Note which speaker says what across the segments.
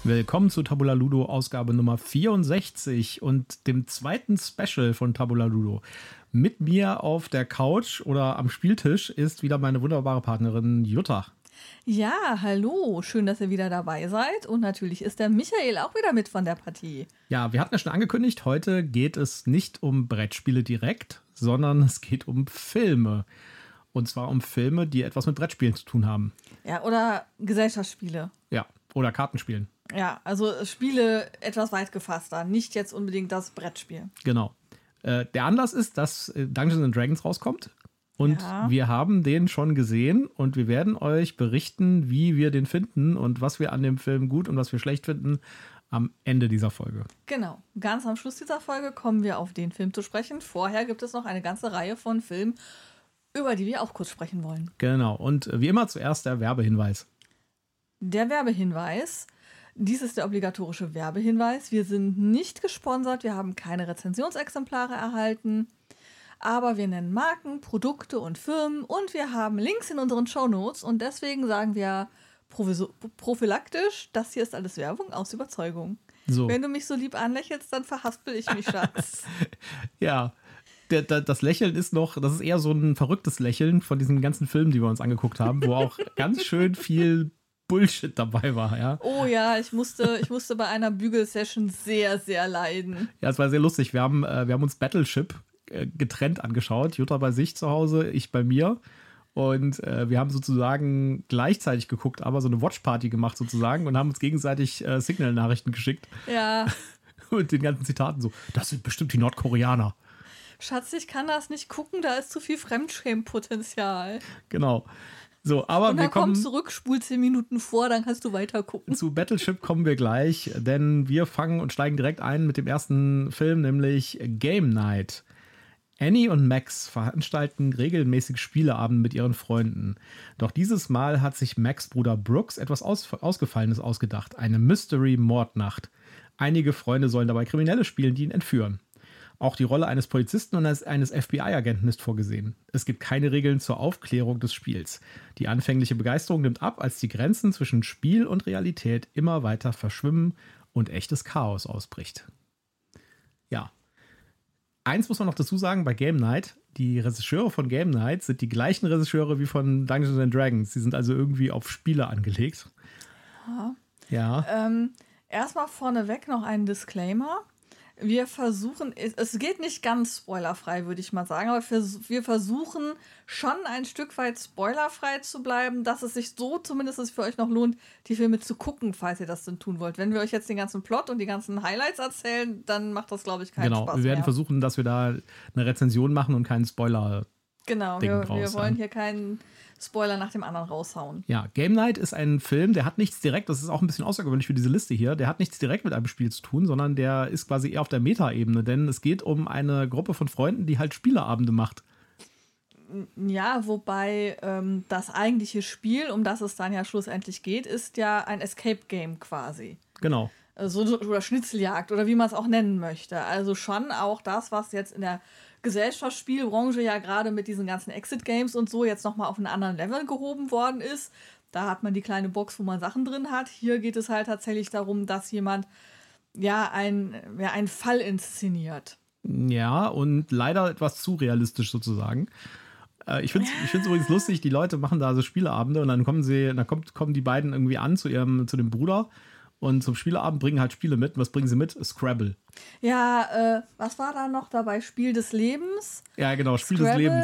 Speaker 1: Willkommen zu Tabula Ludo, Ausgabe Nummer 64 und dem zweiten Special von Tabula Ludo. Mit mir auf der Couch oder am Spieltisch ist wieder meine wunderbare Partnerin Jutta.
Speaker 2: Ja, hallo, schön, dass ihr wieder dabei seid. Und natürlich ist der Michael auch wieder mit von der Partie.
Speaker 1: Ja, wir hatten ja schon angekündigt, heute geht es nicht um Brettspiele direkt, sondern es geht um Filme. Und zwar um Filme, die etwas mit Brettspielen zu tun haben.
Speaker 2: Ja, oder Gesellschaftsspiele.
Speaker 1: Ja, oder Kartenspielen.
Speaker 2: Ja, also Spiele etwas weit gefasster, nicht jetzt unbedingt das Brettspiel.
Speaker 1: Genau. Der Anlass ist, dass Dungeons & Dragons rauskommt. Und wir haben den schon gesehen und wir werden euch berichten, wie wir den finden und was wir an dem Film gut und was wir schlecht finden am Ende dieser Folge.
Speaker 2: Genau. Ganz am Schluss dieser Folge kommen wir auf den Film zu sprechen. Vorher gibt es noch eine ganze Reihe von Filmen, über die wir auch kurz sprechen wollen.
Speaker 1: Genau. Und wie immer zuerst der Werbehinweis.
Speaker 2: Der Werbehinweis. Dies ist der obligatorische Werbehinweis. Wir sind nicht gesponsert, wir haben keine Rezensionsexemplare erhalten, aber wir nennen Marken, Produkte und Firmen und wir haben Links in unseren Shownotes und deswegen sagen wir prophylaktisch, das hier ist alles Werbung aus Überzeugung. So. Wenn du mich so lieb anlächelst, dann verhaspel ich mich, Schatz.
Speaker 1: Ja, das Lächeln ist das ist eher so ein verrücktes Lächeln von diesen ganzen Filmen, die wir uns angeguckt haben, wo auch ganz schön viel Bullshit dabei war, ja.
Speaker 2: Oh ja, ich musste bei einer Bügel-Session sehr, sehr leiden.
Speaker 1: Ja, es war sehr lustig. Wir haben uns Battleship getrennt angeschaut. Jutta bei sich zu Hause, ich bei mir. Und wir haben sozusagen gleichzeitig geguckt, aber so eine Watchparty gemacht sozusagen und haben uns gegenseitig Signal-Nachrichten geschickt.
Speaker 2: Ja.
Speaker 1: Und den ganzen Zitaten so, das sind bestimmt die Nordkoreaner.
Speaker 2: Schatz, ich kann das nicht gucken, da ist zu viel Fremdschämenpotenzial.
Speaker 1: Genau. So, aber
Speaker 2: und dann komm zurück, spul 10 Minuten vor, dann kannst du weiter gucken.
Speaker 1: Zu Battleship kommen wir gleich, denn wir fangen und steigen direkt ein mit dem ersten Film, nämlich Game Night. Annie und Max veranstalten regelmäßig Spieleabende mit ihren Freunden. Doch dieses Mal hat sich Max' Bruder Brooks etwas Ausgefallenes ausgedacht, eine Mystery-Mordnacht. Einige Freunde sollen dabei Kriminelle spielen, die ihn entführen. Auch die Rolle eines Polizisten und eines FBI-Agenten ist vorgesehen. Es gibt keine Regeln zur Aufklärung des Spiels. Die anfängliche Begeisterung nimmt ab, als die Grenzen zwischen Spiel und Realität immer weiter verschwimmen und echtes Chaos ausbricht. Ja. Eins muss man noch dazu sagen, bei Game Night, die Regisseure von Game Night sind die gleichen Regisseure wie von Dungeons & Dragons. Sie sind also irgendwie auf Spiele angelegt.
Speaker 2: Ja. Erstmal vorneweg noch ein Disclaimer. Wir versuchen, es geht nicht ganz spoilerfrei, würde ich mal sagen, aber wir versuchen schon ein Stück weit spoilerfrei zu bleiben, dass es sich so zumindest für euch noch lohnt, die Filme zu gucken, falls ihr das denn tun wollt. Wenn wir euch jetzt den ganzen Plot und die ganzen Highlights erzählen, dann macht das, glaube ich, keinen Spaß mehr.
Speaker 1: Genau, wir werden versuchen, dass wir da eine Rezension machen und keinen Spoiler.
Speaker 2: Genau, wir wollen hier keinen Spoiler nach dem anderen raushauen.
Speaker 1: Ja, Game Night ist ein Film, der hat nichts direkt, das ist auch ein bisschen außergewöhnlich für diese Liste hier, der hat nichts direkt mit einem Spiel zu tun, sondern der ist quasi eher auf der Meta-Ebene, denn es geht um eine Gruppe von Freunden, die halt Spieleabende macht.
Speaker 2: Ja, wobei das eigentliche Spiel, um das es dann ja schlussendlich geht, ist ja ein Escape-Game quasi.
Speaker 1: Genau.
Speaker 2: Oder Schnitzeljagd oder wie man es auch nennen möchte. Also schon auch das, was jetzt in der Gesellschaftsspielbranche ja gerade mit diesen ganzen Exit-Games und so jetzt nochmal auf einen anderen Level gehoben worden ist. Da hat man die kleine Box, wo man Sachen drin hat. Hier geht es halt tatsächlich darum, dass jemand einen Fall inszeniert.
Speaker 1: Ja, und leider etwas zu realistisch sozusagen. Ich finde es übrigens lustig, die Leute machen da so Spieleabende und dann kommen die beiden irgendwie an zu dem Bruder. Und zum Spieleabend bringen halt Spiele mit. Was bringen sie mit? Scrabble.
Speaker 2: Ja, was war da noch dabei? Spiel des Lebens?
Speaker 1: Ja, genau, Spiel des Lebens.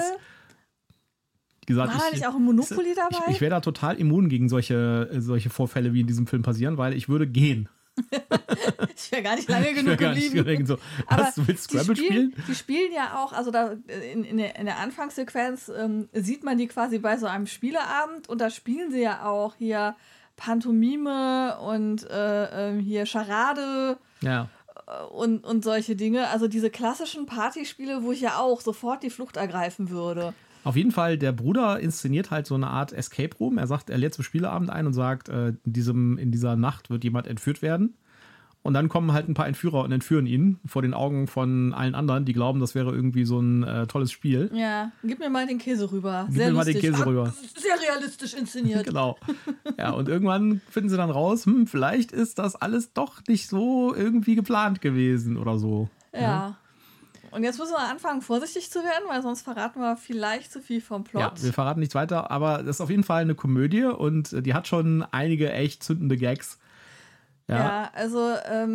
Speaker 2: War da nicht auch ein Monopoly dabei?
Speaker 1: Ich wäre da total immun gegen solche Vorfälle, wie in diesem Film passieren, weil ich würde gehen.
Speaker 2: Ich wäre gar nicht lange genug geblieben.
Speaker 1: So, du willst Scrabble spielen?
Speaker 2: Die spielen ja auch, also da in der Anfangssequenz sieht man die quasi bei so einem Spieleabend und da spielen sie ja auch hier Pantomime und hier Charade und solche Dinge. Also diese klassischen Partyspiele, wo ich ja auch sofort die Flucht ergreifen würde.
Speaker 1: Auf jeden Fall, der Bruder inszeniert halt so eine Art Escape Room. Er lädt zum Spieleabend ein und sagt, in dieser Nacht wird jemand entführt werden. Und dann kommen halt ein paar Entführer und entführen ihn vor den Augen von allen anderen, die glauben, das wäre irgendwie so ein tolles Spiel.
Speaker 2: Ja, gib mir mal den Käse rüber.
Speaker 1: Gib mir mal den Käse rüber.
Speaker 2: Sehr realistisch inszeniert.
Speaker 1: Genau. Ja, und irgendwann finden sie dann raus, vielleicht ist das alles doch nicht so irgendwie geplant gewesen oder so.
Speaker 2: Ja. Und jetzt müssen wir anfangen, vorsichtig zu werden, weil sonst verraten wir vielleicht zu viel vom Plot.
Speaker 1: Ja, wir verraten nichts weiter, aber das ist auf jeden Fall eine Komödie und die hat schon einige echt zündende Gags.
Speaker 2: Ja, also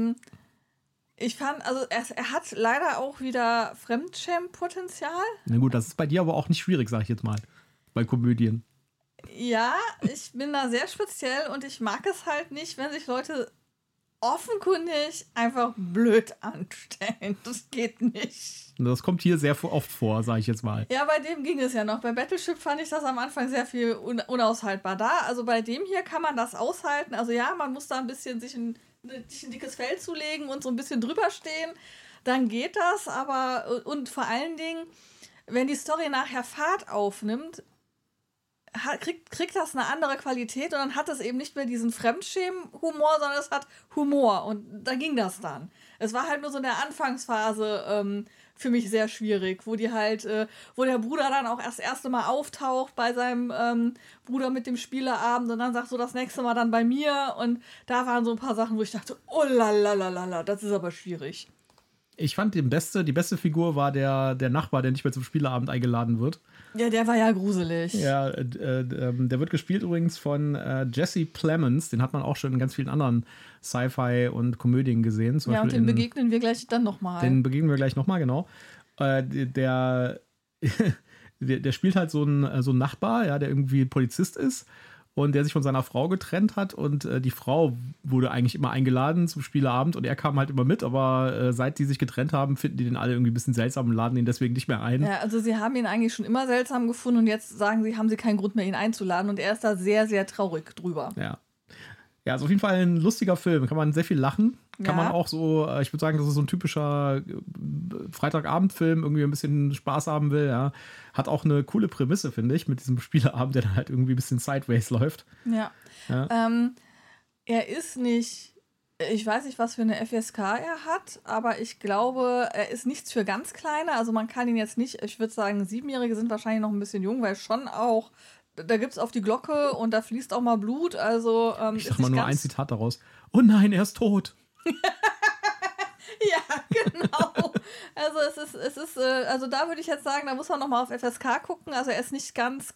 Speaker 2: ich fand, also er hat leider auch wieder Fremdschämen-Potenzial.
Speaker 1: Na gut, das ist bei dir aber auch nicht schwierig, sag ich jetzt mal, bei Komödien.
Speaker 2: Ja, ich bin da sehr speziell und ich mag es halt nicht, wenn sich Leute offenkundig einfach blöd anstellen. Das geht nicht.
Speaker 1: Und das kommt hier sehr oft vor, sag ich jetzt mal.
Speaker 2: Ja, bei dem ging es ja noch. Bei Battleship fand ich das am Anfang sehr viel unaushaltbar da. Also bei dem hier kann man das aushalten. Also ja, man muss da ein bisschen sich ein dickes Fell zulegen und so ein bisschen drüber stehen. Dann geht das, aber und vor allen Dingen, wenn die Story nachher Fahrt aufnimmt, kriegt das eine andere Qualität und dann hat es eben nicht mehr diesen Fremdschämen-Humor, sondern es hat Humor und da ging das dann. Es war halt nur so in der Anfangsphase für mich sehr schwierig, wo die halt, wo der Bruder dann auch das erste Mal auftaucht bei seinem Bruder mit dem Spieleabend und dann sagt so das nächste Mal dann bei mir und da waren so ein paar Sachen, wo ich dachte, oh lalalala, das ist aber schwierig.
Speaker 1: Ich fand die beste Figur war der Nachbar, der nicht mehr zum Spieleabend eingeladen wird.
Speaker 2: Ja, der war ja gruselig.
Speaker 1: Ja, der wird gespielt übrigens von Jesse Plemons. Den hat man auch schon in ganz vielen anderen Sci-Fi und Komödien gesehen. Zum
Speaker 2: ja,
Speaker 1: Beispiel
Speaker 2: und den begegnen wir gleich dann nochmal.
Speaker 1: Den begegnen wir gleich nochmal, genau. Der spielt halt so ein Nachbar, ja, der irgendwie Polizist ist und der sich von seiner Frau getrennt hat und die Frau wurde eigentlich immer eingeladen zum Spieleabend und er kam halt immer mit, aber seit die sich getrennt haben, finden die den alle irgendwie ein bisschen seltsam und laden ihn deswegen nicht mehr ein.
Speaker 2: Ja, also sie haben ihn eigentlich schon immer seltsam gefunden und jetzt sagen sie, haben sie keinen Grund mehr, ihn einzuladen und er ist da sehr, sehr traurig drüber.
Speaker 1: Ja. Ja, ist auf jeden Fall ein lustiger Film. Kann man sehr viel lachen. Kann man auch so, ich würde sagen, das ist so ein typischer Freitagabendfilm, irgendwie ein bisschen Spaß haben will. Ja. Hat auch eine coole Prämisse, finde ich, mit diesem Spieleabend, der dann halt irgendwie ein bisschen sideways läuft.
Speaker 2: Ja. Er ist nicht, ich weiß nicht, was für eine FSK er hat, aber ich glaube, er ist nichts für ganz Kleine. Also man kann ihn jetzt nicht, ich würde sagen, 7-Jährige sind wahrscheinlich noch ein bisschen jung, weil schon auch, da gibt es auf die Glocke und da fließt auch mal Blut. Also,
Speaker 1: ich sag mal nur ein Zitat daraus. Oh nein, er ist tot.
Speaker 2: Ja, genau. Also also da würde ich jetzt sagen, da muss man nochmal auf FSK gucken. Also er ist nicht ganz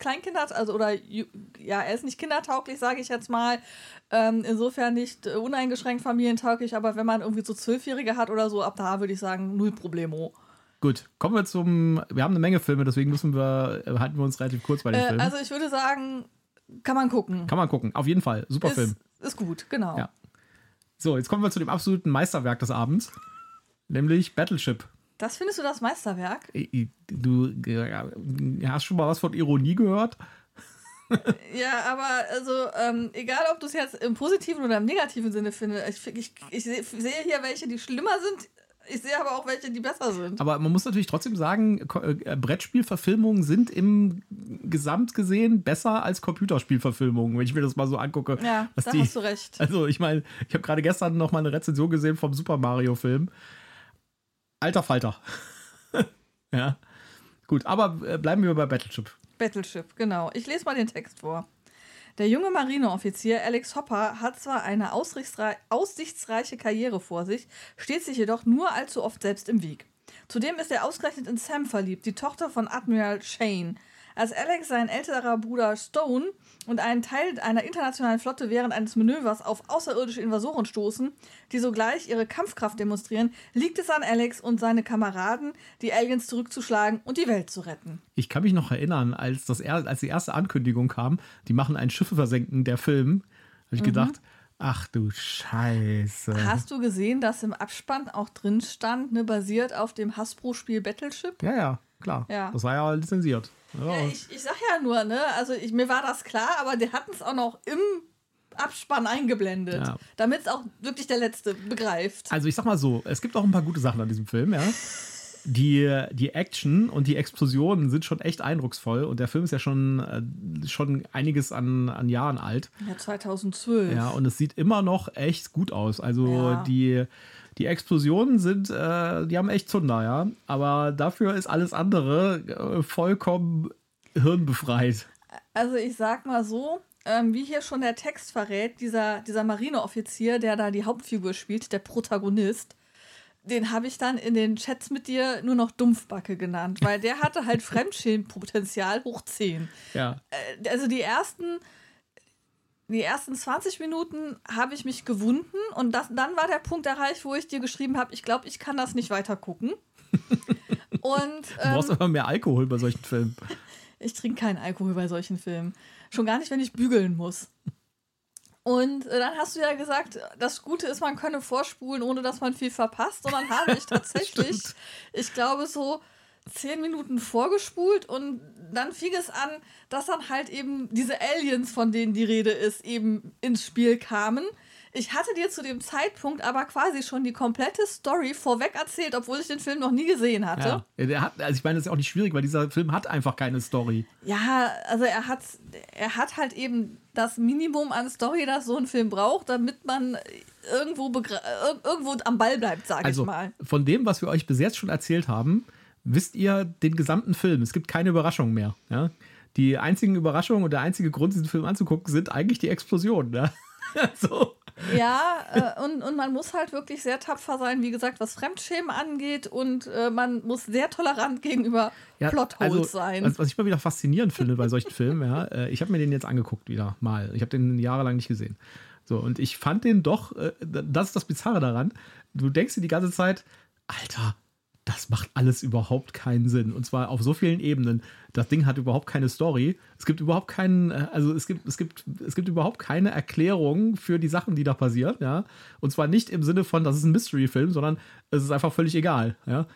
Speaker 2: er ist nicht kindertauglich, sage ich jetzt mal. Insofern nicht uneingeschränkt familientauglich, aber wenn man irgendwie so 12-Jährige hat oder so, ab da würde ich sagen, null Problemo.
Speaker 1: Gut, kommen wir wir haben eine Menge Filme, deswegen halten wir uns relativ kurz bei den Filmen.
Speaker 2: Also ich würde sagen, kann man gucken.
Speaker 1: Kann man gucken, auf jeden Fall. Super Film.
Speaker 2: Ist gut, genau.
Speaker 1: Ja. So, jetzt kommen wir zu dem absoluten Meisterwerk des Abends, nämlich Battleship.
Speaker 2: Das findest du das Meisterwerk?
Speaker 1: Du hast schon mal was von Ironie gehört?
Speaker 2: Ja, aber also egal, ob du es jetzt im positiven oder im negativen Sinne findest, ich sehe hier welche, die schlimmer sind. Ich sehe aber auch welche, die besser sind.
Speaker 1: Aber man muss natürlich trotzdem sagen, Brettspielverfilmungen sind im Gesamt gesehen besser als Computerspielverfilmungen, wenn ich mir das mal so angucke.
Speaker 2: Ja, da hast du recht.
Speaker 1: Also ich meine, ich habe gerade gestern noch mal eine Rezension gesehen vom Super Mario Film. Alter Falter. Ja, gut, aber bleiben wir bei Battleship.
Speaker 2: Battleship, genau. Ich lese mal den Text vor. Der junge Marineoffizier Alex Hopper hat zwar eine aussichtsreiche Karriere vor sich, steht sich jedoch nur allzu oft selbst im Weg. Zudem ist er ausgerechnet in Sam verliebt, die Tochter von Admiral Shane. Als Alex, sein älterer Bruder Stone und einen Teil einer internationalen Flotte während eines Manövers auf außerirdische Invasoren stoßen, die sogleich ihre Kampfkraft demonstrieren, liegt es an Alex und seine Kameraden, die Aliens zurückzuschlagen und die Welt zu retten.
Speaker 1: Ich kann mich noch erinnern, als die erste Ankündigung kam, die machen ein Schiffe versenken, der Film, habe ich gedacht, ach du Scheiße.
Speaker 2: Hast du gesehen, dass im Abspann auch drin stand, ne, basiert auf dem Hasbro-Spiel Battleship?
Speaker 1: Ja, klar. Ja. Das war ja lizenziert. Ja.
Speaker 2: Ja, ich sag ja nur, ne, also mir war das klar, aber die hatten es auch noch im Abspann eingeblendet, damit es auch wirklich der Letzte begreift.
Speaker 1: Also ich sag mal so, es gibt auch ein paar gute Sachen an diesem Film, ja. die Action und die Explosionen sind schon echt eindrucksvoll und der Film ist ja schon einiges an Jahren alt.
Speaker 2: Ja, 2012.
Speaker 1: Ja, und es sieht immer noch echt gut aus. Also
Speaker 2: Ja.
Speaker 1: die Explosionen die haben echt Zunder, ja. Aber dafür ist alles andere vollkommen hirnbefreit.
Speaker 2: Also ich sag mal so, wie hier schon der Text verrät, dieser Marineoffizier, der da die Hauptfigur spielt, der Protagonist, den habe ich dann in den Chats mit dir nur noch Dumpfbacke genannt, weil der hatte halt Fremdschämenpotenzial hoch 10.
Speaker 1: Ja.
Speaker 2: Also die ersten 20 Minuten habe ich mich gewunden und dann war der Punkt erreicht, wo ich dir geschrieben habe, ich glaube, ich kann das nicht weiter gucken. Und,
Speaker 1: Du brauchst aber mehr Alkohol bei solchen Filmen.
Speaker 2: ich trinke keinen Alkohol bei solchen Filmen. Schon gar nicht, wenn ich bügeln muss. Und dann hast du ja gesagt, das Gute ist, man könne vorspulen, ohne dass man viel verpasst. Und dann habe ich tatsächlich, ich glaube, so 10 Minuten vorgespult und dann fing es an, dass dann halt eben diese Aliens, von denen die Rede ist, eben ins Spiel kamen. Ich hatte dir zu dem Zeitpunkt aber quasi schon die komplette Story vorweg erzählt, obwohl ich den Film noch nie gesehen hatte.
Speaker 1: Ja, also ich meine, das ist ja auch nicht schwierig, weil dieser Film hat einfach keine Story.
Speaker 2: Ja, also er hat halt eben das Minimum an Story, das so ein Film braucht, damit man irgendwo am Ball bleibt, sage ich mal.
Speaker 1: Also von dem, was wir euch bis jetzt schon erzählt haben, wisst ihr den gesamten Film. Es gibt keine Überraschungen mehr. Ja? Die einzigen Überraschungen und der einzige Grund, diesen Film anzugucken, sind eigentlich die Explosionen. Ja? So.
Speaker 2: Ja, und man muss halt wirklich sehr tapfer sein, wie gesagt, was Fremdschämen angeht und man muss sehr tolerant gegenüber Plotholes sein.
Speaker 1: Was ich mal wieder faszinierend finde bei solchen Filmen, ja, ich habe mir den jetzt angeguckt wieder mal. Ich habe den jahrelang nicht gesehen. So, und ich fand den doch, das ist das Bizarre daran, du denkst dir die ganze Zeit, Alter, das macht alles überhaupt keinen Sinn. Und zwar auf so vielen Ebenen. Das Ding hat überhaupt keine Story. Es gibt überhaupt es gibt überhaupt keine Erklärung für die Sachen, die da passieren, ja. Und zwar nicht im Sinne von, das ist ein Mystery-Film, sondern es ist einfach völlig egal, ja.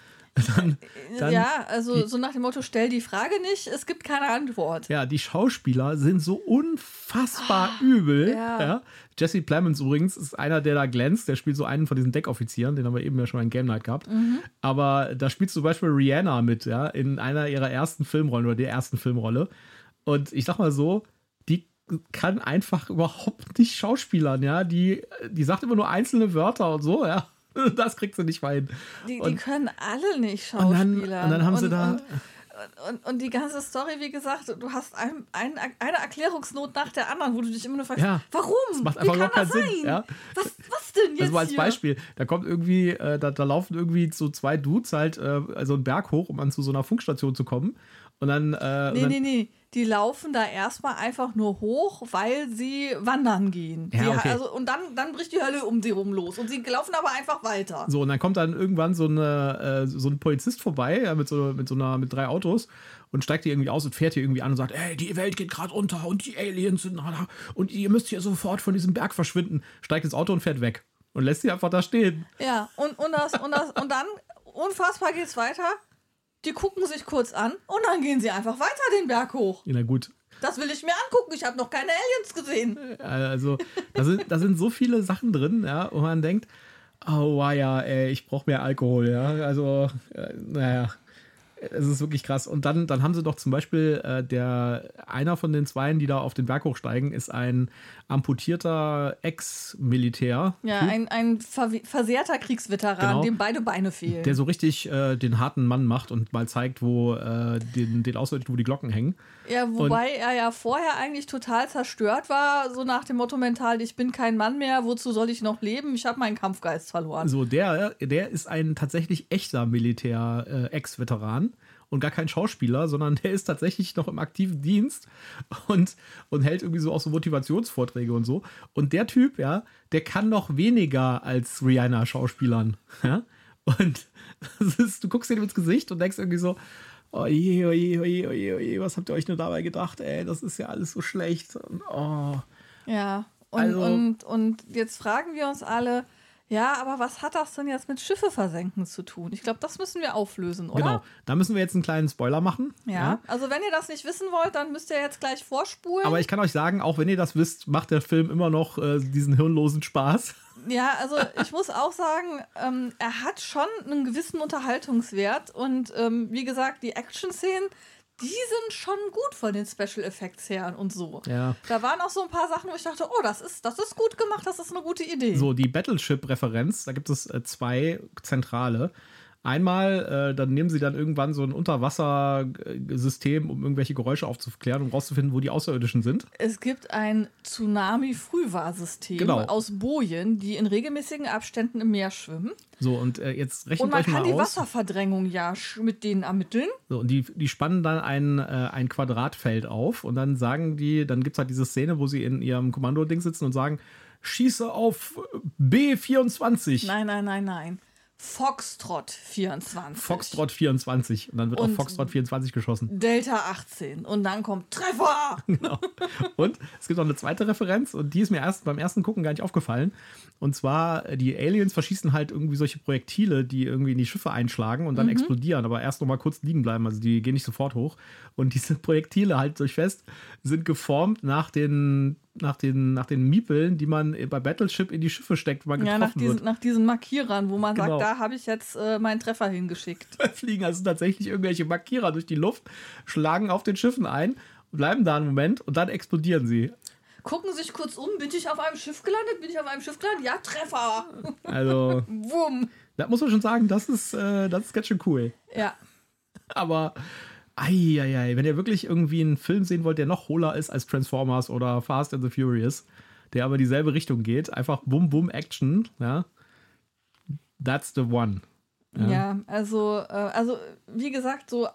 Speaker 2: Ja, also so nach dem Motto, stell die Frage nicht, es gibt keine Antwort.
Speaker 1: Ja, die Schauspieler sind so unfassbar übel. Ja. Jesse Plemons übrigens ist einer, der da glänzt. Der spielt so einen von diesen Deckoffizieren, den haben wir eben ja schon in Game Night gehabt. Aber da spielt zum Beispiel Rihanna mit, ja, in einer ihrer ersten Filmrollen oder der ersten Filmrolle. Und ich sag mal so, die kann einfach überhaupt nicht schauspielern, ja. Die sagt immer nur einzelne Wörter und so, ja. Das kriegt sie nicht mal hin.
Speaker 2: Die können alle nicht schauspielern.
Speaker 1: Und dann haben sie da...
Speaker 2: Und die ganze Story, wie gesagt, du hast eine Erklärungsnot nach der anderen, wo du dich immer nur fragst, warum?
Speaker 1: Das macht einfach überhaupt keinen Sinn. Ja?
Speaker 2: Was denn jetzt?
Speaker 1: Also mal als Beispiel, da kommt irgendwie, da laufen irgendwie so zwei Dudes halt also einen Berg hoch, um an zu so einer Funkstation zu kommen. Und dann.
Speaker 2: Nee. Die laufen da erstmal einfach nur hoch, weil sie wandern gehen.
Speaker 1: Ja, okay.
Speaker 2: Und dann bricht die Hölle um sie rum los. Und sie laufen aber einfach weiter.
Speaker 1: So, und dann kommt dann irgendwann so ein Polizist vorbei, ja, mit 3 Autos und steigt hier irgendwie aus und fährt hier irgendwie an und sagt, ey, die Welt geht gerade unter und die Aliens sind da und ihr müsst hier sofort von diesem Berg verschwinden. Steigt ins Auto und fährt weg. Und lässt sie einfach da stehen.
Speaker 2: Ja, und dann, unfassbar geht's weiter. Die gucken sich kurz an und dann gehen sie einfach weiter den Berg hoch.
Speaker 1: Ja, na gut.
Speaker 2: Das will ich mir angucken. Ich habe noch keine Aliens gesehen.
Speaker 1: Also, da sind so viele Sachen drin, ja, wo man denkt, oh ja, ey, ich brauche mehr Alkohol, ja. Also, naja, es ist wirklich krass. Und dann haben sie doch zum Beispiel, einer von den Zweien, die da auf den Berg hochsteigen, ist ein amputierter Ex-Militär.
Speaker 2: Ja, ein versehrter Kriegsveteran,
Speaker 1: genau,
Speaker 2: dem beide Beine fehlen.
Speaker 1: Der so richtig den harten Mann macht und mal zeigt, wo den ausleuchtet, wo die Glocken hängen.
Speaker 2: Ja, wobei er ja vorher eigentlich total zerstört war, so nach dem Motto mental, ich bin kein Mann mehr, wozu soll ich noch leben? Ich habe meinen Kampfgeist verloren.
Speaker 1: So, der ist ein tatsächlich echter Militär-Ex-Veteran und gar kein Schauspieler, sondern der ist tatsächlich noch im aktiven Dienst und hält irgendwie so auch so Motivationsvorträge und so. Und der Typ, ja, der kann noch weniger als Rihanna schauspielern. Ja? Und du guckst ihm ins Gesicht und denkst irgendwie so, oje, was habt ihr euch nur dabei gedacht, ey, das ist ja alles so schlecht. Und,
Speaker 2: Ja,
Speaker 1: Also-
Speaker 2: und jetzt fragen wir uns alle, ja, aber was hat das denn jetzt mit Schiffe versenken zu tun? Ich glaube, das müssen wir auflösen, oder?
Speaker 1: Genau, da müssen wir jetzt einen kleinen Spoiler machen.
Speaker 2: Ja, also wenn ihr das nicht wissen wollt, dann müsst ihr jetzt gleich vorspulen.
Speaker 1: Aber ich kann euch sagen, auch wenn ihr das wisst, macht der Film immer noch diesen hirnlosen Spaß.
Speaker 2: Ja, also ich muss auch sagen, er hat schon einen gewissen Unterhaltungswert und wie gesagt, die Action-Szenen, die sind schon gut von den Special Effects her und so.
Speaker 1: Ja.
Speaker 2: Da waren auch so ein paar Sachen, wo ich dachte, oh, das ist gut gemacht, das ist eine gute Idee.
Speaker 1: So, die Battleship-Referenz, da gibt es zwei zentrale. Einmal, dann nehmen sie dann irgendwann so ein Unterwassersystem, um irgendwelche Geräusche aufzuklären, um rauszufinden, wo die Außerirdischen sind.
Speaker 2: Es gibt ein Tsunami-Frühwarnsystem
Speaker 1: Genau.
Speaker 2: aus Bojen, die in regelmäßigen Abständen im Meer schwimmen.
Speaker 1: So, und jetzt
Speaker 2: Und
Speaker 1: rechnet
Speaker 2: man
Speaker 1: euch mal
Speaker 2: kann die
Speaker 1: aus.
Speaker 2: Wasserverdrängung ja mit denen ermitteln.
Speaker 1: So, und die spannen dann ein Quadratfeld auf und dann sagen die, dann gibt es halt diese Szene, wo sie in ihrem Kommando-Ding sitzen und sagen, schieße auf B24.
Speaker 2: Nein. Foxtrot 24.
Speaker 1: Foxtrot 24. Und dann wird auf Foxtrot 24 geschossen.
Speaker 2: Delta 18. Und dann kommt Treffer.
Speaker 1: Genau. Und es gibt noch eine zweite Referenz und die ist mir erst beim ersten Gucken gar nicht aufgefallen. Und zwar, die Aliens verschießen halt irgendwie solche Projektile, die irgendwie in die Schiffe einschlagen und dann explodieren, aber erst noch mal kurz liegen bleiben. Also die gehen nicht sofort hoch. Und diese Projektile, halt euch fest, sind geformt nach den Miepeln, die man bei Battleship in die Schiffe steckt, wenn man getroffen wird.
Speaker 2: Nach diesen Markierern, wo man
Speaker 1: Genau.
Speaker 2: sagt, da habe ich jetzt meinen Treffer hingeschickt.
Speaker 1: Da fliegen also tatsächlich irgendwelche Markierer durch die Luft, schlagen auf den Schiffen ein, bleiben da einen Moment und dann explodieren sie.
Speaker 2: Gucken sich kurz um, bin ich auf einem Schiff gelandet? Ja, Treffer.
Speaker 1: Also,
Speaker 2: Wumm.
Speaker 1: da muss man schon sagen, das ist ganz schön cool.
Speaker 2: Ja.
Speaker 1: Aber, wenn ihr wirklich irgendwie einen Film sehen wollt, der noch hohler ist als Transformers oder Fast and the Furious, der aber dieselbe Richtung geht, einfach Bum-Bum Action, ja, that's the one.
Speaker 2: Ja, also wie gesagt, so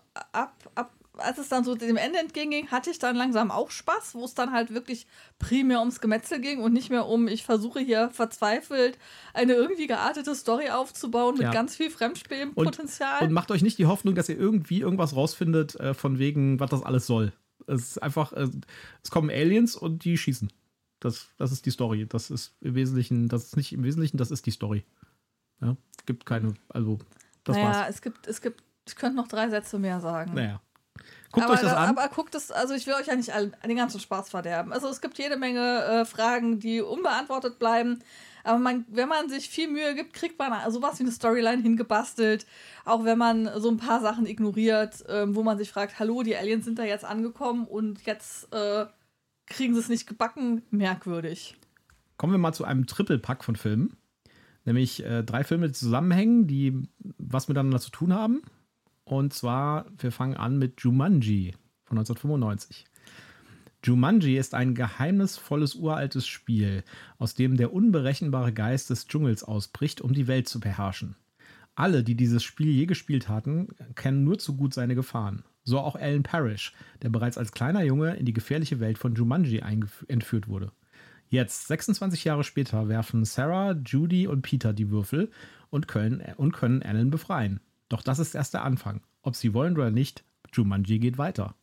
Speaker 2: als es dann so dem Ende entgegenging, hatte ich dann langsam auch Spaß, wo es dann halt wirklich primär ums Gemetzel ging und nicht mehr ich versuche hier verzweifelt eine irgendwie geartete Story aufzubauen mit ganz viel Fremdspielpotenzial.
Speaker 1: Und macht euch nicht die Hoffnung, dass ihr irgendwie irgendwas rausfindet, von wegen, was das alles soll. Es ist einfach, es kommen Aliens und die schießen. Das ist die Story. Das ist nicht im Wesentlichen, das ist die Story. Ja, es gibt keine, also das war's.
Speaker 2: Es gibt, ich könnte noch 3 Sätze mehr sagen.
Speaker 1: Naja. Guckt euch das an.
Speaker 2: Aber guckt es, also ich will euch ja nicht den ganzen Spaß verderben. Also es gibt jede Menge Fragen, die unbeantwortet bleiben. Aber wenn man sich viel Mühe gibt, kriegt man sowas wie eine Storyline hingebastelt. Auch wenn man so ein paar Sachen ignoriert, wo man sich fragt, hallo, die Aliens sind da jetzt angekommen und jetzt kriegen sie es nicht gebacken. Merkwürdig.
Speaker 1: Kommen wir mal zu einem Triple-Pack von Filmen. Nämlich 3 Filme, die zusammenhängen, die was miteinander zu tun haben. Und zwar, wir fangen an mit Jumanji von 1995. Jumanji ist ein geheimnisvolles, uraltes Spiel, aus dem der unberechenbare Geist des Dschungels ausbricht, um die Welt zu beherrschen. Alle, die dieses Spiel je gespielt hatten, kennen nur zu gut seine Gefahren. So auch Alan Parrish, der bereits als kleiner Junge in die gefährliche Welt von Jumanji entführt wurde. Jetzt, 26 Jahre später, werfen Sarah, Judy und Peter die Würfel und können Alan befreien. Doch das ist erst der Anfang. Ob sie wollen oder nicht, Jumanji geht weiter.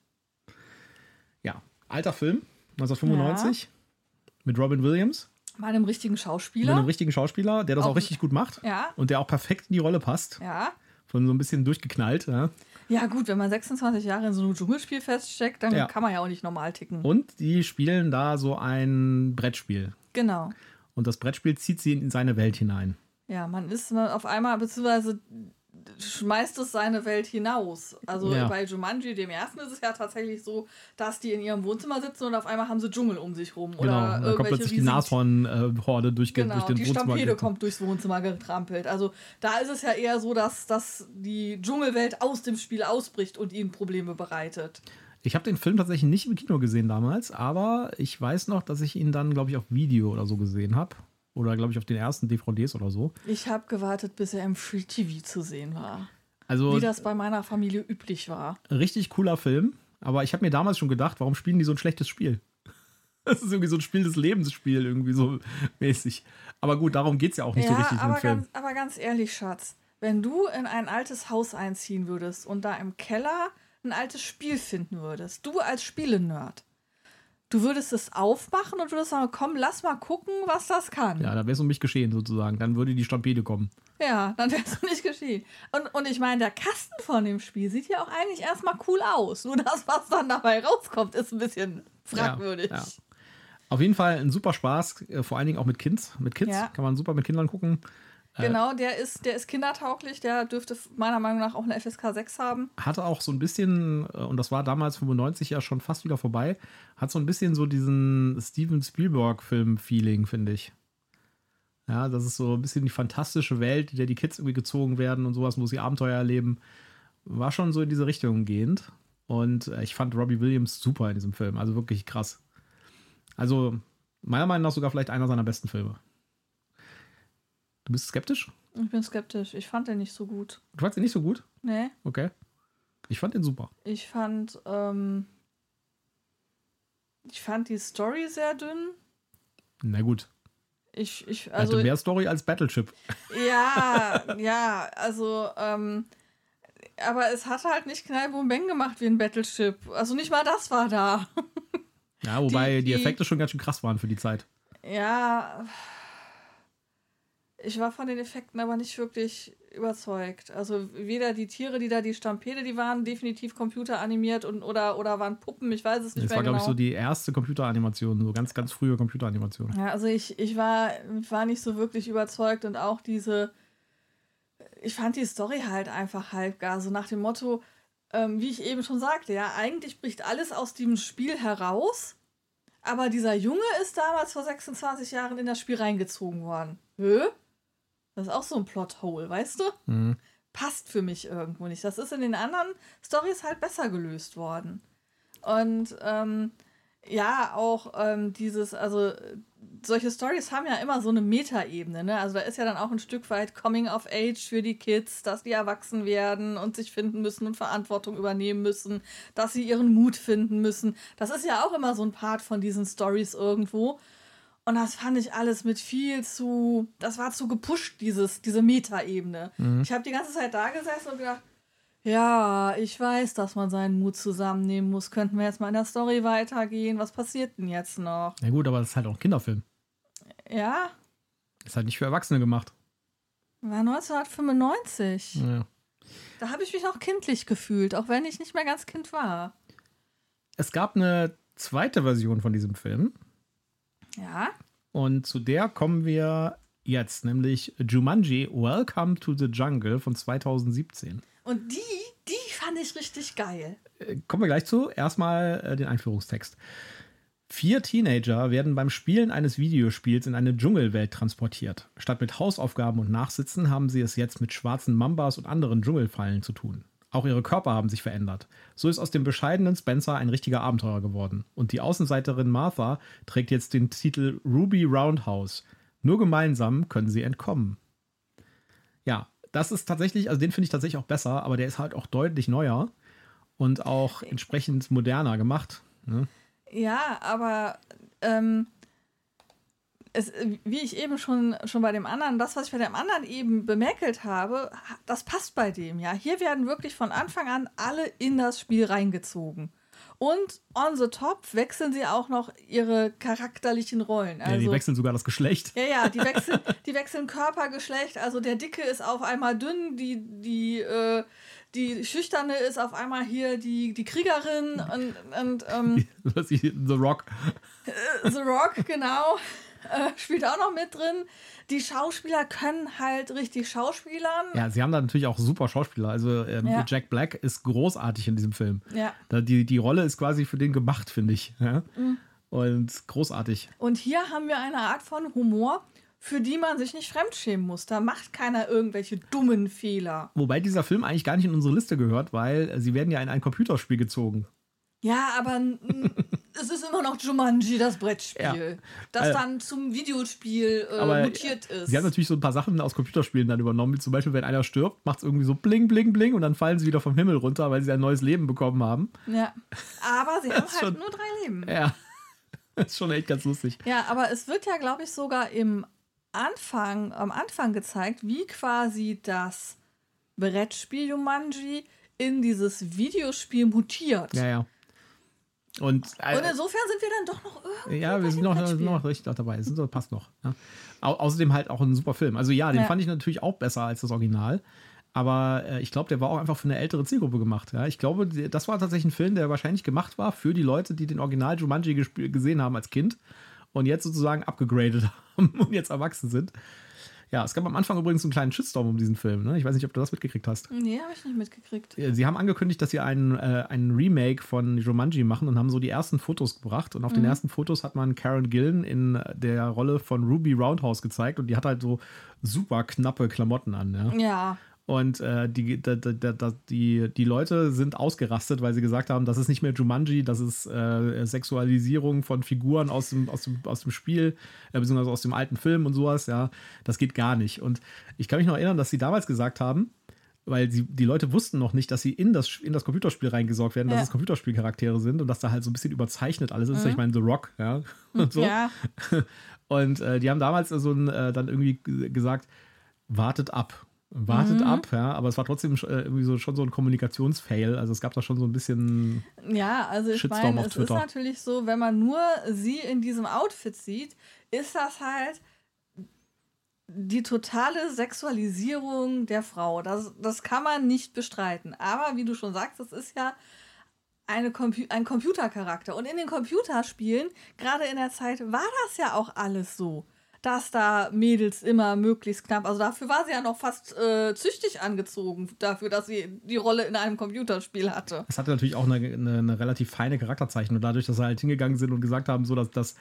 Speaker 1: Ja, alter Film, 1995, mit Robin Williams.
Speaker 2: Mit einem richtigen Schauspieler.
Speaker 1: Der das auch richtig gut macht.
Speaker 2: Ja.
Speaker 1: Und der auch perfekt in die Rolle passt.
Speaker 2: Ja.
Speaker 1: Von so ein bisschen durchgeknallt. Ja,
Speaker 2: ja gut, wenn man 26 Jahre in so einem Dschungelspiel feststeckt, dann kann man ja auch nicht normal ticken.
Speaker 1: Und die spielen da so ein Brettspiel.
Speaker 2: Genau.
Speaker 1: Und das Brettspiel zieht sie in seine Welt hinein.
Speaker 2: Ja, man ist auf einmal, beziehungsweise schmeißt es seine Welt hinaus. Also bei Jumanji, dem ersten, ist es ja tatsächlich so, dass die in ihrem Wohnzimmer sitzen und auf einmal haben sie Dschungel um sich rum.
Speaker 1: Genau,
Speaker 2: oder
Speaker 1: da kommt plötzlich die Nashorn-Horde durch den Wohnzimmer.
Speaker 2: Die Stampede kommt durchs Wohnzimmer getrampelt. Also da ist es ja eher so, dass die Dschungelwelt aus dem Spiel ausbricht und ihnen Probleme bereitet.
Speaker 1: Ich habe den Film tatsächlich nicht im Kino gesehen damals, aber ich weiß noch, dass ich ihn dann, glaube ich, auf Video oder so gesehen habe. Oder, glaube ich, auf den ersten DVDs oder so.
Speaker 2: Ich habe gewartet, bis er im Free TV zu sehen war.
Speaker 1: Also,
Speaker 2: wie das bei meiner Familie üblich war.
Speaker 1: Richtig cooler Film. Aber ich habe mir damals schon gedacht, warum spielen die so ein schlechtes Spiel? Das ist irgendwie so ein Spiel des Lebensspiel, irgendwie so mäßig. Aber gut, darum geht es ja auch nicht so richtig im Film.
Speaker 2: Aber ganz ehrlich, Schatz, wenn du in ein altes Haus einziehen würdest und da im Keller ein altes Spiel finden würdest, du als Spielenerd, du würdest es aufmachen und würdest sagen, komm, lass mal gucken, was das kann.
Speaker 1: Ja, da wäre es um mich geschehen sozusagen. Dann würde die Stampede kommen.
Speaker 2: Ja, dann wäre es nicht geschehen. Und ich meine, der Kasten von dem Spiel sieht ja auch eigentlich erstmal cool aus. Nur das, was dann dabei rauskommt, ist ein bisschen fragwürdig. Ja.
Speaker 1: Auf jeden Fall ein super Spaß, vor allen Dingen auch mit Kids. Mit Kids kann man super mit Kindern gucken.
Speaker 2: Genau, der ist kindertauglich, der dürfte meiner Meinung nach auch eine FSK 6 haben.
Speaker 1: Hatte auch so ein bisschen, und das war damals 95 ja schon fast wieder vorbei, hat so ein bisschen so diesen Steven Spielberg-Film-Feeling, finde ich. Ja, das ist so ein bisschen die fantastische Welt, in der die Kids irgendwie gezogen werden und sowas, wo sie Abenteuer erleben. War schon so in diese Richtung gehend. Und ich fand Robbie Williams super in diesem Film, also wirklich krass. Also meiner Meinung nach sogar vielleicht einer seiner besten Filme. Du bist skeptisch?
Speaker 2: Ich bin skeptisch. Ich fand den nicht so gut.
Speaker 1: Du fandst den nicht so gut?
Speaker 2: Nee.
Speaker 1: Okay. Ich fand den super.
Speaker 2: Ich fand die Story sehr dünn.
Speaker 1: Na gut.
Speaker 2: Also
Speaker 1: hatte mehr Story als Battleship.
Speaker 2: Ja, also aber es hat halt nicht Knall, Boom, Bang gemacht wie ein Battleship. Also nicht mal das war da.
Speaker 1: Ja, wobei die Effekte schon ganz schön krass waren für die Zeit.
Speaker 2: Ja, ich war von den Effekten aber nicht wirklich überzeugt. Also weder die Tiere, die Stampede, die waren definitiv computeranimiert oder waren Puppen, ich weiß es nicht mehr genau.
Speaker 1: Das war, glaube ich, so die erste Computeranimation, so ganz, ganz frühe Computeranimation.
Speaker 2: Ja, also ich war nicht so wirklich überzeugt und auch ich fand die Story halt einfach halbgar, so nach dem Motto, wie ich eben schon sagte, ja, eigentlich bricht alles aus dem Spiel heraus, aber dieser Junge ist damals vor 26 Jahren in das Spiel reingezogen worden. Das ist auch so ein Plothole, weißt du?
Speaker 1: Mhm.
Speaker 2: Passt für mich irgendwo nicht. Das ist in den anderen Storys halt besser gelöst worden. Und solche Storys haben ja immer so eine Metaebene, ne? Also da ist ja dann auch ein Stück weit Coming of Age für die Kids, dass die erwachsen werden und sich finden müssen und Verantwortung übernehmen müssen, dass sie ihren Mut finden müssen. Das ist ja auch immer so ein Part von diesen Storys irgendwo. Und das fand ich alles das war zu gepusht, diese Metaebene. Mhm. Ich habe die ganze Zeit da gesessen und gedacht, ja, ich weiß, dass man seinen Mut zusammennehmen muss. Könnten wir jetzt mal in der Story weitergehen? Was passiert denn jetzt noch?
Speaker 1: Na gut, aber das ist halt auch ein Kinderfilm.
Speaker 2: Ja.
Speaker 1: Ist halt nicht für Erwachsene gemacht.
Speaker 2: War 1995.
Speaker 1: Ja.
Speaker 2: Da habe ich mich noch kindlich gefühlt, auch wenn ich nicht mehr ganz Kind war.
Speaker 1: Es gab eine zweite Version von diesem Film.
Speaker 2: Ja.
Speaker 1: Und zu der kommen wir jetzt, nämlich Jumanji Welcome to the Jungle von 2017.
Speaker 2: Und die fand ich richtig geil.
Speaker 1: Kommen wir gleich zu. Erstmal den Einführungstext. 4 Teenager werden beim Spielen eines Videospiels in eine Dschungelwelt transportiert. Statt mit Hausaufgaben und Nachsitzen haben sie es jetzt mit schwarzen Mambas und anderen Dschungelfallen zu tun. Auch ihre Körper haben sich verändert. So ist aus dem bescheidenen Spencer ein richtiger Abenteurer geworden. Und die Außenseiterin Martha trägt jetzt den Titel Ruby Roundhouse. Nur gemeinsam können sie entkommen. Ja, das ist tatsächlich, also den finde ich tatsächlich auch besser, aber der ist halt auch deutlich neuer und auch entsprechend moderner gemacht. Ne?
Speaker 2: Ja, aber wie ich eben schon bei dem anderen, das, was ich bei dem anderen eben bemäkelt habe, das passt bei dem, ja. Hier werden wirklich von Anfang an alle in das Spiel reingezogen. Und on the top wechseln sie auch noch ihre charakterlichen Rollen. Also,
Speaker 1: ja, die wechseln sogar das Geschlecht.
Speaker 2: Ja, die wechseln Körpergeschlecht. Also der Dicke ist auf einmal dünn, die Schüchterne ist auf einmal hier die Kriegerin und
Speaker 1: The Rock.
Speaker 2: The Rock, genau. Spielt auch noch mit drin. Die Schauspieler können halt richtig schauspielern.
Speaker 1: Ja, sie haben da natürlich auch super Schauspieler. Also Jack Black ist großartig in diesem Film.
Speaker 2: Ja.
Speaker 1: Die Rolle ist quasi für den gemacht, finde ich. Ja? Mhm. Und großartig.
Speaker 2: Und hier haben wir eine Art von Humor, für die man sich nicht fremdschämen muss. Da macht keiner irgendwelche dummen Fehler.
Speaker 1: Wobei dieser Film eigentlich gar nicht in unsere Liste gehört, weil sie werden ja in ein Computerspiel gezogen.
Speaker 2: Ja, aber es ist immer noch Jumanji, das Brettspiel, ja. Das dann zum Videospiel mutiert ist.
Speaker 1: Sie haben natürlich so ein paar Sachen aus Computerspielen dann übernommen, wie zum Beispiel, wenn einer stirbt, macht es irgendwie so bling, bling, bling und dann fallen sie wieder vom Himmel runter, weil sie ein neues Leben bekommen haben.
Speaker 2: Ja, aber sie haben halt nur 3 Leben.
Speaker 1: Ja, das ist schon echt ganz lustig.
Speaker 2: Ja, aber es wird ja, glaube ich, sogar am Anfang gezeigt, wie quasi das Brettspiel Jumanji in dieses Videospiel mutiert.
Speaker 1: Ja. Und
Speaker 2: insofern sind wir dann doch noch irgendwie.
Speaker 1: Ja, wir sind noch richtig dabei. Das passt noch. Ja. Außerdem halt auch ein super Film. Also ja, den fand ich natürlich auch besser als das Original. Aber ich glaube, der war auch einfach für eine ältere Zielgruppe gemacht. Ja. Ich glaube, das war tatsächlich ein Film, der wahrscheinlich gemacht war für die Leute, die den Original Jumanji gesehen haben als Kind und jetzt sozusagen abgegradet haben und jetzt erwachsen sind. Ja, es gab am Anfang übrigens einen kleinen Shitstorm um diesen Film. Ne? Ich weiß nicht, ob du das mitgekriegt hast.
Speaker 2: Nee, habe ich nicht mitgekriegt.
Speaker 1: Sie haben angekündigt, dass sie ein Remake von Jumanji machen und haben so die ersten Fotos gebracht. Und auf den ersten Fotos hat man Karen Gillan in der Rolle von Ruby Roundhouse gezeigt. Und die hat halt so super knappe Klamotten an. Ja.
Speaker 2: Ja.
Speaker 1: Und die Leute sind ausgerastet, weil sie gesagt haben, das ist nicht mehr Jumanji, das ist Sexualisierung von Figuren aus dem Spiel, beziehungsweise aus dem alten Film und sowas. Ja, das geht gar nicht. Und ich kann mich noch erinnern, dass sie damals gesagt haben, weil die Leute wussten noch nicht, dass sie in das Computerspiel reingesorgt werden, dass es Computerspielcharaktere sind und dass da halt so ein bisschen überzeichnet alles ist. Ich meine, The Rock, ja, und so. Ja. Und die haben damals dann irgendwie gesagt, wartet ab. Ja, aber es war trotzdem irgendwie schon so ein Kommunikationsfail. Also es gab da schon so ein bisschen
Speaker 2: also ich meine, es ist natürlich so, wenn man nur sie in diesem Outfit sieht, ist das halt die totale Sexualisierung der Frau. Das kann man nicht bestreiten. Aber wie du schon sagst, es ist ja ein Computercharakter. Und in den Computerspielen, gerade in der Zeit, war das ja auch alles so, dass da Mädels immer möglichst knapp, also dafür war sie ja noch fast züchtig angezogen, dafür, dass sie die Rolle in einem Computerspiel hatte.
Speaker 1: Es hatte natürlich auch eine relativ feine Charakterzeichnung, dadurch, dass sie halt hingegangen sind und gesagt haben, so dass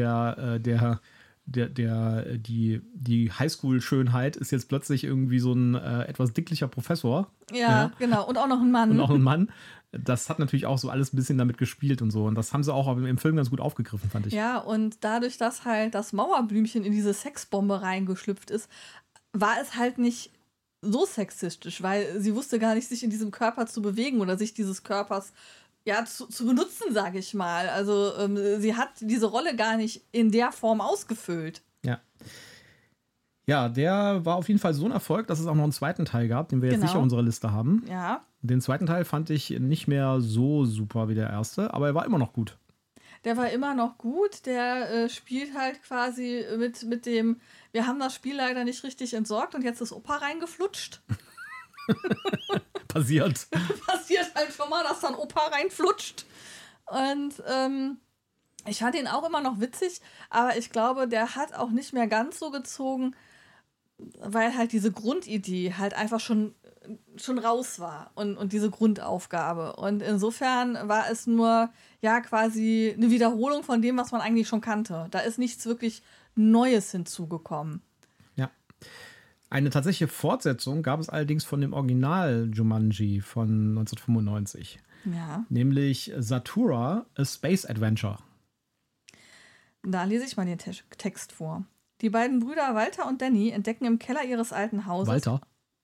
Speaker 1: die Highschool-Schönheit ist jetzt plötzlich irgendwie so ein etwas dicklicher Professor.
Speaker 2: Ja, genau. Und auch noch ein Mann.
Speaker 1: Das hat natürlich auch so alles ein bisschen damit gespielt und so. Und das haben sie auch im Film ganz gut aufgegriffen, fand ich.
Speaker 2: Ja, und dadurch, dass halt das Mauerblümchen in diese Sexbombe reingeschlüpft ist, war es halt nicht so sexistisch, weil sie wusste gar nicht, sich in diesem Körper zu bewegen oder sich dieses Körpers zu benutzen, sage ich mal. Also sie hat diese Rolle gar nicht in der Form ausgefüllt.
Speaker 1: Ja. Ja, der war auf jeden Fall so ein Erfolg, dass es auch noch einen zweiten Teil gab, den wir jetzt nicht auf unserer Liste haben.
Speaker 2: Ja.
Speaker 1: Den zweiten Teil fand ich nicht mehr so super wie der erste, aber er war immer noch gut.
Speaker 2: Der war immer noch gut. Der spielt halt quasi mit dem, wir haben das Spiel leider nicht richtig entsorgt und jetzt ist Opa reingeflutscht.
Speaker 1: Passiert
Speaker 2: halt schon mal, dass dann Opa reinflutscht. Und ich fand ihn auch immer noch witzig, aber ich glaube, der hat auch nicht mehr ganz so gezogen, weil halt diese Grundidee halt einfach schon raus war und diese Grundaufgabe. Und insofern war es nur quasi eine Wiederholung von dem, was man eigentlich schon kannte. Da ist nichts wirklich Neues hinzugekommen.
Speaker 1: Ja. Eine tatsächliche Fortsetzung gab es allerdings von dem Original Jumanji von 1995.
Speaker 2: Ja.
Speaker 1: Nämlich Zathura, A Space Adventure.
Speaker 2: Da lese ich mal den Text vor. Die beiden Brüder Walter und Danny entdecken im Keller ihres alten Hauses...
Speaker 1: Walter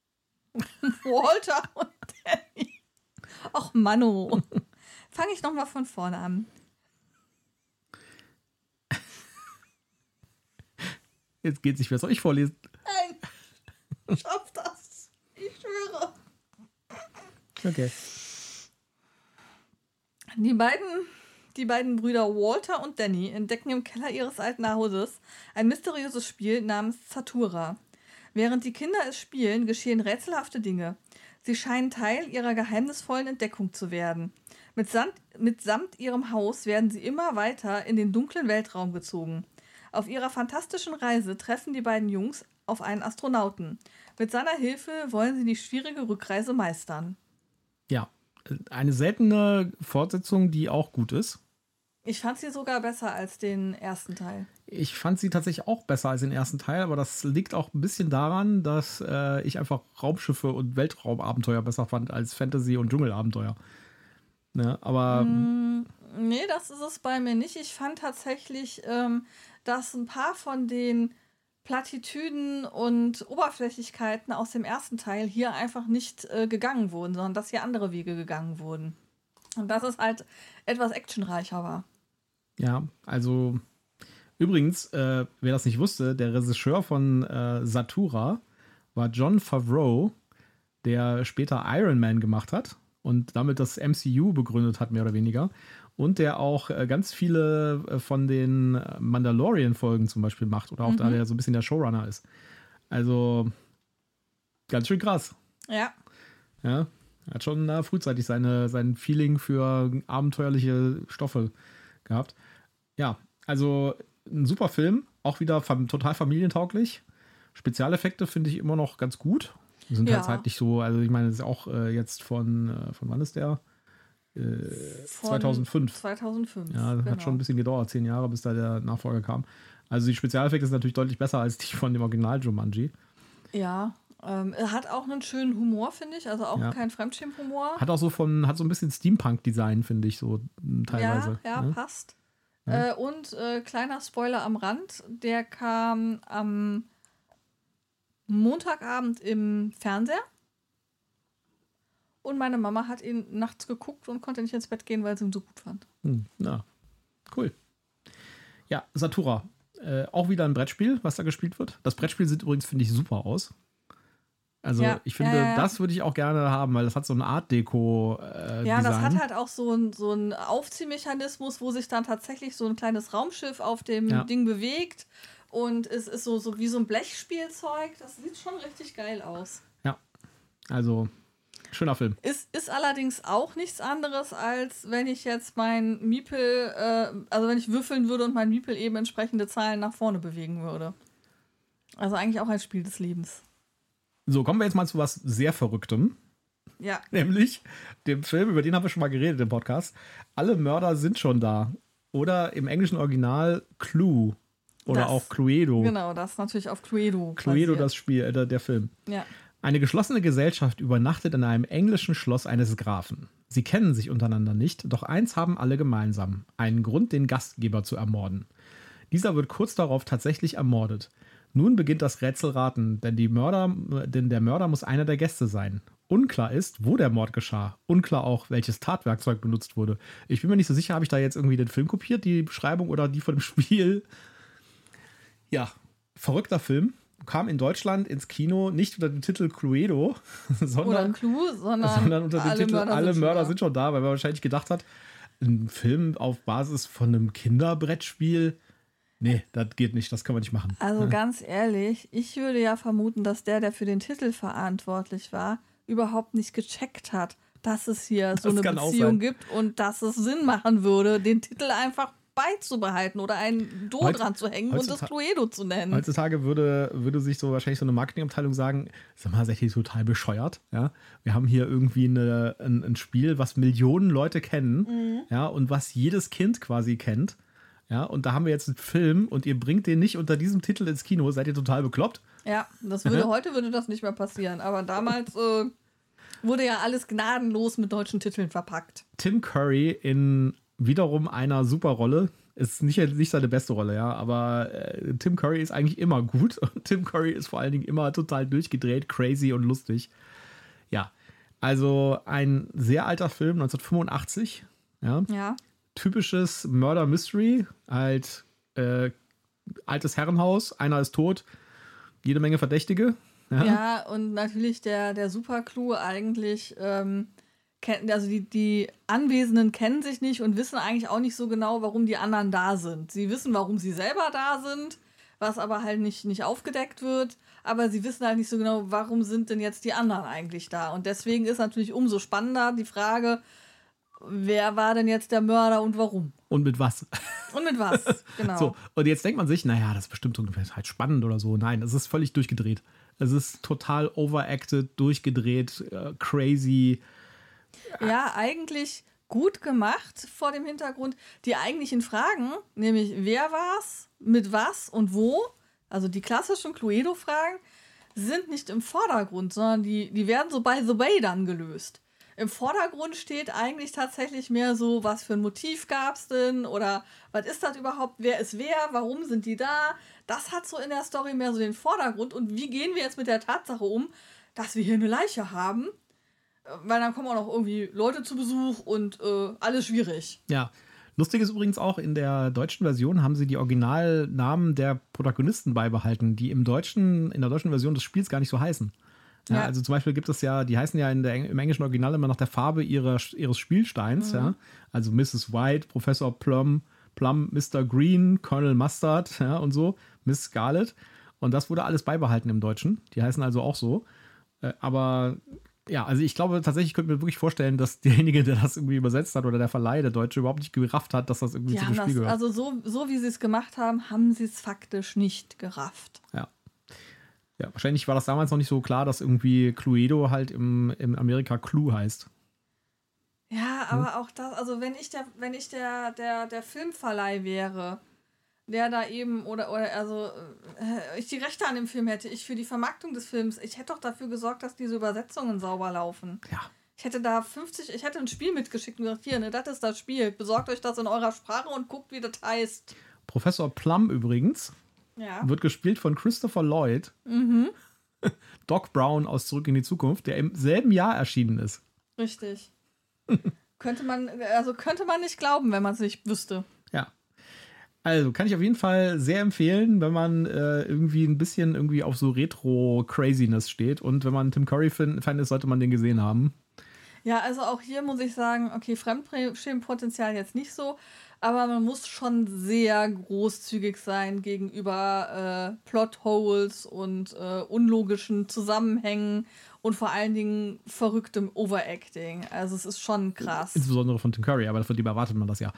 Speaker 2: und Danny. Och, Manno. Fange ich nochmal von vorne an.
Speaker 1: Jetzt geht's nicht mehr. Soll ich vorlesen?
Speaker 2: Nein. Ich schaff das. Ich schwöre.
Speaker 1: Okay.
Speaker 2: Die beiden Brüder Walter und Danny entdecken im Keller ihres alten Hauses ein mysteriöses Spiel namens Zathura. Während die Kinder es spielen, geschehen rätselhafte Dinge. Sie scheinen Teil ihrer geheimnisvollen Entdeckung zu werden. Mitsamt ihrem Haus werden sie immer weiter in den dunklen Weltraum gezogen. Auf ihrer fantastischen Reise treffen die beiden Jungs auf einen Astronauten. Mit seiner Hilfe wollen sie die schwierige Rückreise meistern.
Speaker 1: Ja, eine seltene Fortsetzung, die auch gut ist.
Speaker 2: Ich fand sie sogar besser als den ersten Teil.
Speaker 1: Ich fand sie tatsächlich auch besser als den ersten Teil, aber das liegt auch ein bisschen daran, dass ich einfach Raumschiffe und Weltraumabenteuer besser fand als Fantasy- und Dschungelabenteuer. Ne, aber
Speaker 2: nee, das ist es bei mir nicht. Ich fand tatsächlich, dass ein paar von den Plattitüden und Oberflächlichkeiten aus dem ersten Teil hier einfach nicht gegangen wurden, sondern dass hier andere Wege gegangen wurden. Und dass es halt etwas actionreicher war.
Speaker 1: Ja, also übrigens, wer das nicht wusste, der Regisseur von Zathura war Jon Favreau, der später Iron Man gemacht hat und damit das MCU begründet hat, mehr oder weniger. Und der auch ganz viele von den Mandalorian-Folgen zum Beispiel macht oder auch da der so ein bisschen der Showrunner ist. Also ganz schön krass.
Speaker 2: Ja.
Speaker 1: Ja, er hat schon frühzeitig sein Feeling für abenteuerliche Stoffe gehabt. Ja, also ein super Film, auch wieder total familientauglich. Spezialeffekte finde ich immer noch ganz gut. Die sind halt nicht so, also ich meine, das ist auch jetzt von wann ist der? 2005.
Speaker 2: 2005.
Speaker 1: Ja, das hat schon ein bisschen gedauert, 10 Jahre, bis da der Nachfolger kam. Also die Spezialeffekte sind natürlich deutlich besser als die von dem Original Jumanji.
Speaker 2: Ja, er hat auch einen schönen Humor, finde ich, also auch kein Fremdschämen-Humor.
Speaker 1: Hat so ein bisschen Steampunk-Design, finde ich, so teilweise.
Speaker 2: Ja, passt. Ja. Und kleiner Spoiler am Rand, der kam am Montagabend im Fernseher. Und meine Mama hat ihn nachts geguckt und konnte nicht ins Bett gehen, weil sie ihn so gut fand.
Speaker 1: Ja, cool. Ja, Satura. Auch wieder ein Brettspiel, was da gespielt wird. Das Brettspiel sieht übrigens, finde ich, super aus. Also ich finde, das würde ich auch gerne haben, weil das hat so eine Art-Deko-Design.
Speaker 2: Ja, das hat halt auch so einen Aufziehmechanismus, wo sich dann tatsächlich so ein kleines Raumschiff auf dem Ding bewegt. Und es ist so wie so ein Blechspielzeug. Das sieht schon richtig geil aus. Ja,
Speaker 1: also schöner Film.
Speaker 2: Ist allerdings auch nichts anderes, als wenn ich jetzt mein Miepel, also wenn ich würfeln würde und mein Miepel eben entsprechende Zahlen nach vorne bewegen würde. Also eigentlich auch ein Spiel des Lebens.
Speaker 1: So, kommen wir jetzt mal zu was sehr Verrücktem.
Speaker 2: Ja.
Speaker 1: Nämlich dem Film, über den haben wir schon mal geredet im Podcast. Alle Mörder sind schon da. Oder im englischen Original Clue. Oder auch Cluedo.
Speaker 2: Genau, das ist natürlich auf Cluedo.
Speaker 1: Cluedo, das Spiel, der Film.
Speaker 2: Ja.
Speaker 1: Eine geschlossene Gesellschaft übernachtet in einem englischen Schloss eines Grafen. Sie kennen sich untereinander nicht, doch eins haben alle gemeinsam: einen Grund, den Gastgeber zu ermorden. Dieser wird kurz darauf tatsächlich ermordet. Nun beginnt das Rätselraten, denn der Mörder muss einer der Gäste sein. Unklar ist, wo der Mord geschah. Unklar auch, welches Tatwerkzeug benutzt wurde. Ich bin mir nicht so sicher, habe ich da jetzt irgendwie den Film kopiert, die Beschreibung oder die von dem Spiel? Ja, verrückter Film. Kam in Deutschland ins Kino nicht unter dem Titel Cluedo, sondern unter dem Titel Alle Mörder sind schon da, weil man wahrscheinlich gedacht hat, ein Film auf Basis von einem Kinderbrettspiel, nee, das geht nicht, das können wir nicht machen.
Speaker 2: Also ganz ehrlich, ich würde ja vermuten, dass der für den Titel verantwortlich war, überhaupt nicht gecheckt hat, dass es hier so eine Beziehung gibt und dass es Sinn machen würde, den Titel einfach beizubehalten oder einen Do dran zu hängen und das Cluedo zu nennen.
Speaker 1: Heutzutage würde sich so wahrscheinlich so eine Marketingabteilung sagen, sag mal, seid ihr total bescheuert? Ja? Wir haben hier irgendwie ein Spiel, was Millionen Leute kennen, ja, und was jedes Kind quasi kennt. Ja, und da haben wir jetzt einen Film und ihr bringt den nicht unter diesem Titel ins Kino. Seid ihr total bekloppt?
Speaker 2: Ja, heute würde das nicht mehr passieren. Aber damals wurde ja alles gnadenlos mit deutschen Titeln verpackt.
Speaker 1: Tim Curry in wiederum einer super Rolle. Ist nicht seine beste Rolle, ja, aber Tim Curry ist eigentlich immer gut. Und Tim Curry ist vor allen Dingen immer total durchgedreht, crazy und lustig. Ja, also ein sehr alter Film, 1985. Ja. Typisches Murder Mystery, halt altes Herrenhaus, einer ist tot, jede Menge Verdächtige.
Speaker 2: Ja, und natürlich der Superclou eigentlich, also die Anwesenden kennen sich nicht und wissen eigentlich auch nicht so genau, warum die anderen da sind. Sie wissen, warum sie selber da sind, was aber halt nicht aufgedeckt wird, aber sie wissen halt nicht so genau, warum sind denn jetzt die anderen eigentlich da. Und deswegen ist natürlich umso spannender die Frage, wer war denn jetzt der Mörder und warum?
Speaker 1: Und mit was?
Speaker 2: Genau.
Speaker 1: So, und jetzt denkt man sich, naja, das ist bestimmt halt spannend oder so. Nein, es ist völlig durchgedreht. Es ist total overacted, durchgedreht, crazy.
Speaker 2: Ja, eigentlich gut gemacht vor dem Hintergrund. Die eigentlichen Fragen, nämlich wer war's, mit was und wo, also die klassischen Cluedo-Fragen, sind nicht im Vordergrund, sondern die werden so by the way dann gelöst. Im Vordergrund steht eigentlich tatsächlich mehr so, was für ein Motiv gab es denn oder was ist das überhaupt, wer ist wer, warum sind die da? Das hat so in der Story mehr so den Vordergrund und wie gehen wir jetzt mit der Tatsache um, dass wir hier eine Leiche haben? Weil dann kommen auch noch irgendwie Leute zu Besuch und alles schwierig.
Speaker 1: Ja, lustig ist übrigens auch, in der deutschen Version haben sie die Originalnamen der Protagonisten beibehalten, die in der deutschen Version des Spiels gar nicht so heißen. Ja, also zum Beispiel gibt es ja, die heißen ja im englischen Original immer nach der Farbe ihres Spielsteins. Ja? Also Mrs. White, Professor Plum, Mr. Green, Colonel Mustard, ja, und so, Miss Scarlet. Und das wurde alles beibehalten im Deutschen. Die heißen also auch so. Aber Ja, also ich glaube tatsächlich, ich könnte mir wirklich vorstellen, dass derjenige, der das irgendwie übersetzt hat oder der Verleih, der Deutsche, überhaupt nicht gerafft hat, dass das irgendwie zu dem Spiel gehört.
Speaker 2: Also so wie sie es gemacht haben sie es faktisch nicht gerafft.
Speaker 1: Ja. Ja, wahrscheinlich war das damals noch nicht so klar, dass irgendwie Cluedo halt im Amerika Clue heißt.
Speaker 2: Ja, aber auch das, also wenn ich der Filmverleih wäre, der da eben, ich die Rechte an dem Film hätte, ich für die Vermarktung des Films, ich hätte doch dafür gesorgt, dass diese Übersetzungen sauber laufen.
Speaker 1: Ja.
Speaker 2: Ich hätte ein Spiel mitgeschickt und gesagt, hier, ne, das ist das Spiel, besorgt euch das in eurer Sprache und guckt, wie das heißt.
Speaker 1: Professor Plum übrigens wird gespielt von Christopher Lloyd. Doc Brown aus Zurück in die Zukunft, der im selben Jahr erschienen ist.
Speaker 2: Richtig. Könnte man nicht glauben, wenn man es nicht wüsste.
Speaker 1: Ja. Also kann ich auf jeden Fall sehr empfehlen, wenn man irgendwie ein bisschen irgendwie auf so Retro-Craziness steht. Und wenn man Tim Curry-Fan ist, sollte man den gesehen haben.
Speaker 2: Ja, also auch hier muss ich sagen, okay, Fremdschämenpotenzial jetzt nicht so, aber man muss schon sehr großzügig sein gegenüber Plotholes und unlogischen Zusammenhängen und vor allen Dingen verrücktem Overacting. Also es ist schon krass.
Speaker 1: Insbesondere von Tim Curry, aber von dem erwartet man das ja.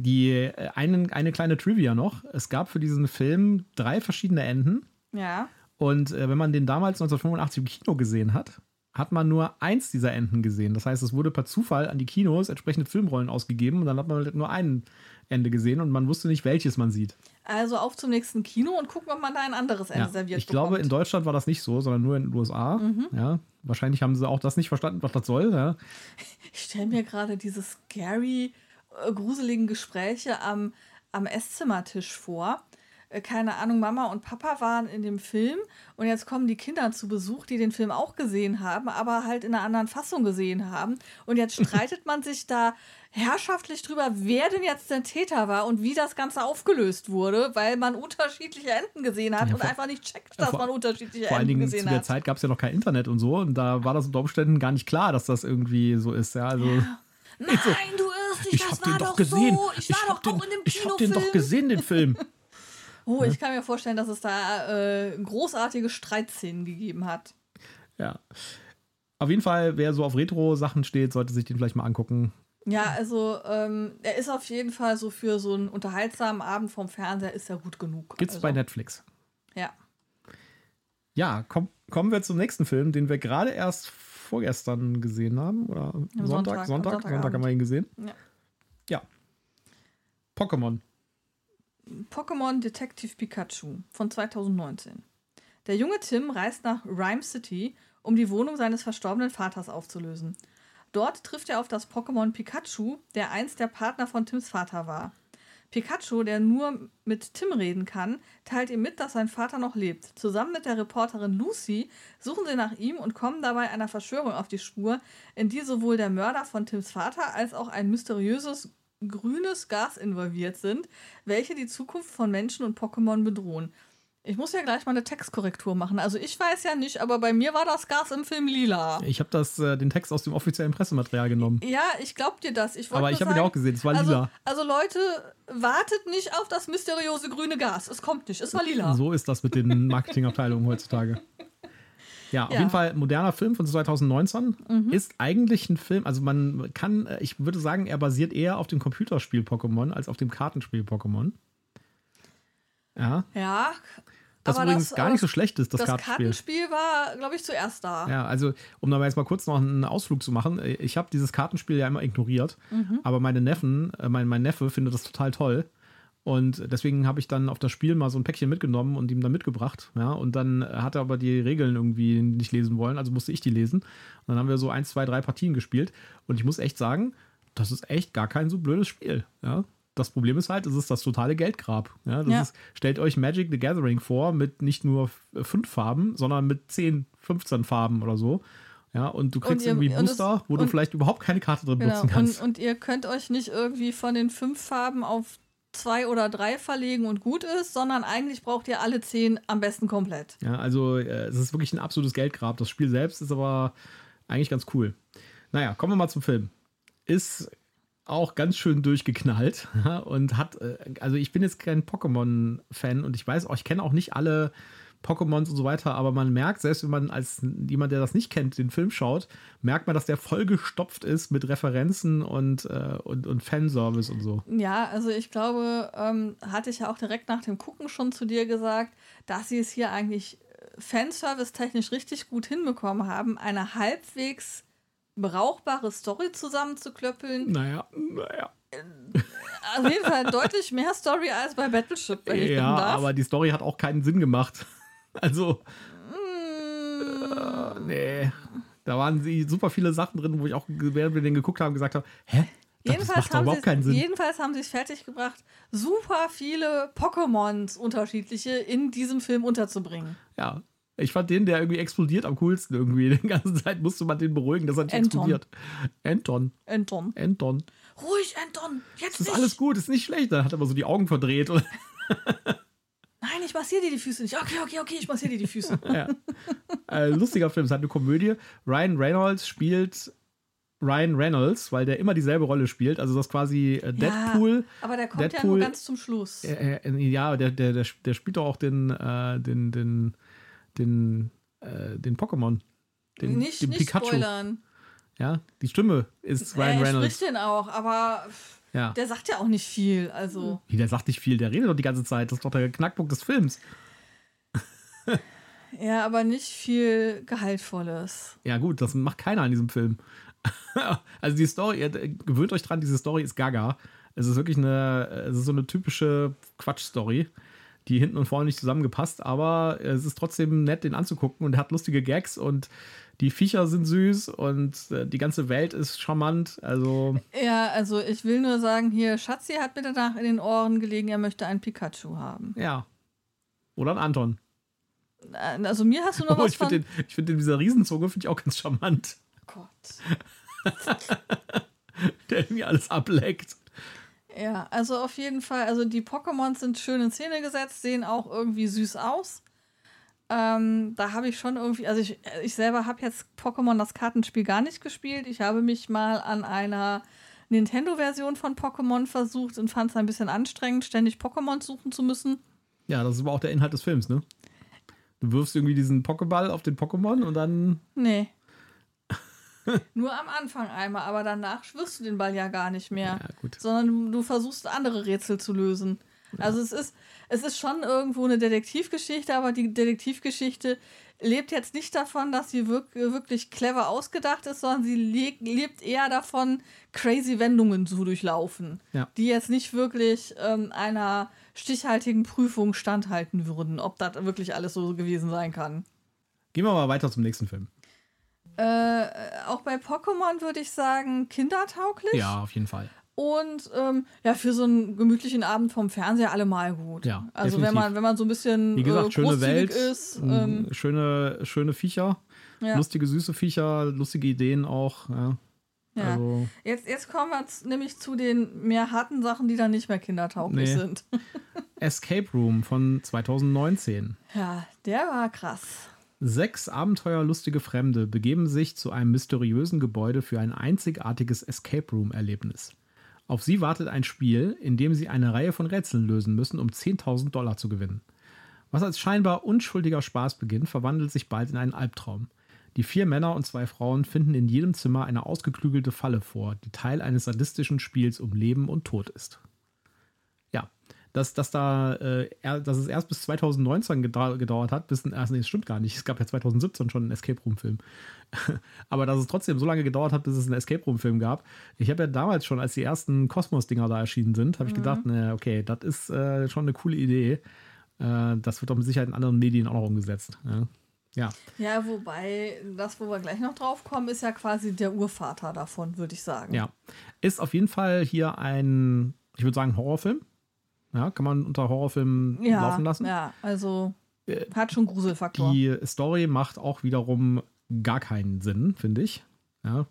Speaker 1: Eine kleine Trivia noch. Es gab für diesen Film 3 verschiedene Enden.
Speaker 2: Ja.
Speaker 1: Und wenn man den damals 1985 im Kino gesehen hat, hat man nur eins dieser Enden gesehen. Das heißt, es wurde per Zufall an die Kinos entsprechende Filmrollen ausgegeben und dann hat man nur ein Ende gesehen und man wusste nicht, welches man sieht.
Speaker 2: Also auf zum nächsten Kino und gucken, ob man da ein anderes Ende serviert
Speaker 1: Ich glaube, in Deutschland war das nicht so, sondern nur in den USA. Ja, wahrscheinlich haben sie auch das nicht verstanden, was das soll. Ja.
Speaker 2: Ich stelle mir gerade diese scary, gruseligen Gespräche am Esszimmertisch vor. Keine Ahnung, Mama und Papa waren in dem Film und jetzt kommen die Kinder zu Besuch, die den Film auch gesehen haben, aber halt in einer anderen Fassung gesehen haben. Und jetzt streitet man sich da herrschaftlich drüber, wer denn jetzt der Täter war und wie das Ganze aufgelöst wurde, weil man unterschiedliche Enden gesehen hat und einfach nicht checkt, dass man unterschiedliche Enden gesehen hat. Vor allen Dingen zu der
Speaker 1: Zeit gab es ja noch kein Internet und so und da war das unter Umständen gar nicht klar, dass das irgendwie so ist. Ja, also
Speaker 2: Nein, du irrst dich, das war doch
Speaker 1: gesehen.
Speaker 2: So. Ich war doch auch in dem Kinofilm.
Speaker 1: Ich hab den doch gesehen, den Film.
Speaker 2: Oh, ich kann mir vorstellen, dass es da großartige Streitszenen gegeben hat.
Speaker 1: Ja. Auf jeden Fall, wer so auf Retro-Sachen steht, sollte sich den vielleicht mal angucken.
Speaker 2: Ja, also er ist auf jeden Fall so für so einen unterhaltsamen Abend vorm Fernseher ist er gut genug.
Speaker 1: Gibt's bei Netflix.
Speaker 2: Ja.
Speaker 1: Ja, kommen wir zum nächsten Film, den wir gerade erst vorgestern gesehen haben. Oder Sonntag haben wir ihn gesehen. Ja. Pokémon
Speaker 2: Detective Pikachu von 2019. Der junge Tim reist nach Rhyme City, um die Wohnung seines verstorbenen Vaters aufzulösen. Dort trifft er auf das Pokémon Pikachu, der einst der Partner von Tims Vater war. Pikachu, der nur mit Tim reden kann, teilt ihm mit, dass sein Vater noch lebt. Zusammen mit der Reporterin Lucy suchen sie nach ihm und kommen dabei einer Verschwörung auf die Spur, in die sowohl der Mörder von Tims Vater als auch ein mysteriöses grünes Gas involviert sind, welche die Zukunft von Menschen und Pokémon bedrohen. Ich muss ja gleich mal eine Textkorrektur machen. Also ich weiß ja nicht, aber bei mir war das Gas im Film lila.
Speaker 1: Ich habe den Text aus dem offiziellen Pressematerial genommen.
Speaker 2: Ja, ich glaub dir das.
Speaker 1: Aber ich habe ihn auch gesehen, es war lila.
Speaker 2: Also Leute, wartet nicht auf das mysteriöse grüne Gas. Es kommt nicht, es war lila.
Speaker 1: So ist das mit den Marketingabteilungen heutzutage. Ja, auf jeden Fall moderner Film von 2019. Ist eigentlich ein Film, also ich würde sagen, er basiert eher auf dem Computerspiel Pokémon als auf dem Kartenspiel Pokémon. Ja.
Speaker 2: Ja.
Speaker 1: Das übrigens gar nicht so schlecht ist, das Kartenspiel.
Speaker 2: Das Kartenspiel war, glaube ich, zuerst da.
Speaker 1: Ja, also, um da jetzt mal kurz noch einen Ausflug zu machen. Ich habe dieses Kartenspiel ja immer ignoriert, aber mein Neffe findet das total toll. Und deswegen habe ich dann auf das Spiel mal so ein Päckchen mitgenommen und ihm dann mitgebracht. Ja, und dann hat er aber die Regeln irgendwie nicht lesen wollen, also musste ich die lesen. Und dann haben wir so 1, 2, 3 Partien gespielt. Und ich muss echt sagen, das ist echt gar kein so blödes Spiel. Ja. Das Problem ist halt, es ist das totale Geldgrab. Ja, stellt euch Magic the Gathering vor mit nicht nur 5 Farben, sondern mit 10, 15 Farben oder so. Ja, und du kriegst irgendwie Booster, wo du vielleicht überhaupt keine Karte drin nutzen kannst.
Speaker 2: Und ihr könnt euch nicht irgendwie von den 5 Farben auf 2 oder 3 verlegen und gut ist, sondern eigentlich braucht ihr alle 10 am besten komplett.
Speaker 1: Ja, also es ist wirklich ein absolutes Geldgrab. Das Spiel selbst ist aber eigentlich ganz cool. Naja, kommen wir mal zum Film. Ist auch ganz schön durchgeknallt und hat, also ich bin jetzt kein Pokémon-Fan und ich weiß auch, ich kenne auch nicht alle Pokémons und so weiter, aber man merkt, selbst wenn man als jemand, der das nicht kennt, den Film schaut, merkt man, dass der vollgestopft ist mit Referenzen und Fanservice und so.
Speaker 2: Ja, also ich glaube, hatte ich ja auch direkt nach dem Gucken schon zu dir gesagt, dass sie es hier eigentlich Fanservice-technisch richtig gut hinbekommen haben, eine halbwegs brauchbare Story zusammenzuklöppeln.
Speaker 1: Naja.
Speaker 2: Auf jeden Fall deutlich mehr Story als bei Battleship, wenn ich
Speaker 1: Ja,
Speaker 2: darf.
Speaker 1: aber die Story hat auch keinen Sinn gemacht. Also, nee. Da waren super viele Sachen drin, wo ich auch, während wir den geguckt haben, gesagt habe, hä? Das macht doch überhaupt keinen Sinn.
Speaker 2: Jedenfalls haben sie es fertiggebracht, super viele Pokémons unterschiedliche in diesem Film unterzubringen.
Speaker 1: Ja, ich fand den, der irgendwie explodiert, am coolsten irgendwie. Die ganze Zeit musste man den beruhigen, dass er nicht explodiert. Anton. Ruhig, Anton. Jetzt ist alles gut, ist nicht schlecht. Dann hat er aber so die Augen verdreht.
Speaker 2: Nein, ich massiere dir die Füße nicht. Okay, ich massiere dir die Füße.
Speaker 1: Ja. Lustiger Film, es hat eine Komödie. Ryan Reynolds spielt Ryan Reynolds, weil der immer dieselbe Rolle spielt. Also das ist quasi Deadpool.
Speaker 2: Ja, aber der kommt ja nur ganz zum Schluss.
Speaker 1: Ja, der spielt doch auch den Pokémon.
Speaker 2: Nicht
Speaker 1: Pikachu.
Speaker 2: Spoilern.
Speaker 1: Ja, die Stimme ist Ryan Reynolds.
Speaker 2: Er spricht den auch, aber der sagt ja auch nicht viel. Also.
Speaker 1: Der sagt nicht viel, der redet doch die ganze Zeit. Das ist doch der Knackpunkt des Films.
Speaker 2: Ja, aber nicht viel Gehaltvolles.
Speaker 1: Ja gut, das macht keiner in diesem Film. Also die Story, gewöhnt euch dran, diese Story ist gaga. Es ist wirklich so eine typische Quatsch-Story, die hinten und vorne nicht zusammengepasst, aber es ist trotzdem nett, den anzugucken und er hat lustige Gags und die Viecher sind süß und die ganze Welt ist charmant. Also
Speaker 2: ja, also ich will nur sagen, hier, Schatzi hat mir danach in den Ohren gelegen, er möchte einen Pikachu haben.
Speaker 1: Ja. Oder einen Anton.
Speaker 2: Also mir hast du noch was von...
Speaker 1: Ich finde dieser Riesenzunge finde ich auch ganz charmant.
Speaker 2: Gott.
Speaker 1: Der irgendwie alles ableckt.
Speaker 2: Ja, also auf jeden Fall, also die Pokémons sind schön in Szene gesetzt, sehen auch irgendwie süß aus. Da habe ich schon irgendwie, also ich selber habe jetzt Pokémon, das Kartenspiel, gar nicht gespielt. Ich habe mich mal an einer Nintendo-Version von Pokémon versucht und fand es ein bisschen anstrengend, ständig Pokémon suchen zu müssen.
Speaker 1: Ja, das ist aber auch der Inhalt des Films, ne? Du wirfst irgendwie diesen Pokéball auf den Pokémon und dann...
Speaker 2: Nee. Nur am Anfang einmal, aber danach wirfst du den Ball ja gar nicht mehr.
Speaker 1: Ja, gut.
Speaker 2: Sondern du versuchst andere Rätsel zu lösen. Ja. Also es ist schon irgendwo eine Detektivgeschichte, aber die Detektivgeschichte lebt jetzt nicht davon, dass sie wirklich clever ausgedacht ist, sondern sie lebt eher davon, crazy Wendungen zu durchlaufen, die jetzt nicht wirklich einer stichhaltigen Prüfung standhalten würden, ob das wirklich alles so gewesen sein kann.
Speaker 1: Gehen wir mal weiter zum nächsten Film.
Speaker 2: Auch bei Pokémon würde ich sagen, kindertauglich.
Speaker 1: Ja, auf jeden Fall.
Speaker 2: Und für so einen gemütlichen Abend vom Fernseher allemal gut.
Speaker 1: Ja,
Speaker 2: also wenn man so ein bisschen
Speaker 1: wie gesagt, schöne Welt,
Speaker 2: ist.
Speaker 1: Schöne Viecher, lustige, süße Viecher, lustige Ideen auch. Ja.
Speaker 2: Ja. Also, jetzt kommen wir nämlich zu den mehr harten Sachen, die dann nicht mehr kindertauglich sind.
Speaker 1: Escape Room von 2019.
Speaker 2: Ja, der war krass.
Speaker 1: 6 abenteuerlustige Fremde begeben sich zu einem mysteriösen Gebäude für ein einzigartiges Escape Room-Erlebnis. Auf sie wartet ein Spiel, in dem sie eine Reihe von Rätseln lösen müssen, um $10.000 zu gewinnen. Was als scheinbar unschuldiger Spaß beginnt, verwandelt sich bald in einen Albtraum. Die 4 Männer und 2 Frauen finden in jedem Zimmer eine ausgeklügelte Falle vor, die Teil eines sadistischen Spiels um Leben und Tod ist. Ja, dass es erst bis 2019 gedauert hat, das stimmt gar nicht. Es gab ja 2017 schon einen Escape Room-Film. Aber dass es trotzdem so lange gedauert hat, bis es einen Escape Room-Film gab. Ich habe ja damals schon, als die ersten Kosmos-Dinger da erschienen sind, habe ich gedacht, okay, das ist schon eine coole Idee. Das wird doch mit Sicherheit in anderen Medien auch noch umgesetzt. Ja,
Speaker 2: wobei das, wo wir gleich noch drauf kommen, ist ja quasi der Urvater davon, würde ich sagen.
Speaker 1: Ja, ist auf jeden Fall hier ein, ich würde sagen, Horrorfilm. Ja, kann man unter Horrorfilm laufen lassen.
Speaker 2: Ja, also hat schon Gruselfaktor.
Speaker 1: Die Story macht auch wiederum gar keinen Sinn, finde ich. Ja,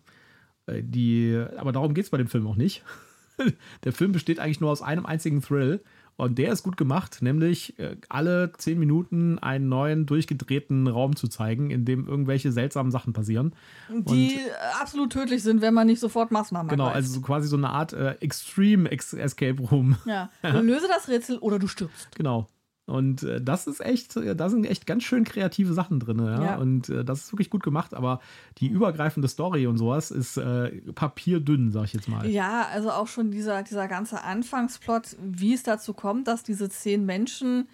Speaker 1: aber darum geht es bei dem Film auch nicht. Der Film besteht eigentlich nur aus einem einzigen Thrill. Und der ist gut gemacht, nämlich alle 10 Minuten einen neuen, durchgedrehten Raum zu zeigen, in dem irgendwelche seltsamen Sachen passieren.
Speaker 2: Die absolut tödlich sind, wenn man nicht sofort Maßnahmen ergreift.
Speaker 1: Genau, also quasi so eine Art Extreme Escape Room.
Speaker 2: Ja, löse das Rätsel oder du stirbst.
Speaker 1: Genau. Und das ist echt, da sind echt ganz schön kreative Sachen drin. Ja?
Speaker 2: Ja.
Speaker 1: Und das ist wirklich gut gemacht. Aber die übergreifende Story und sowas ist papierdünn, sag ich jetzt mal.
Speaker 2: Ja, also auch schon dieser ganze Anfangsplot, wie es dazu kommt, dass diese 10 Menschen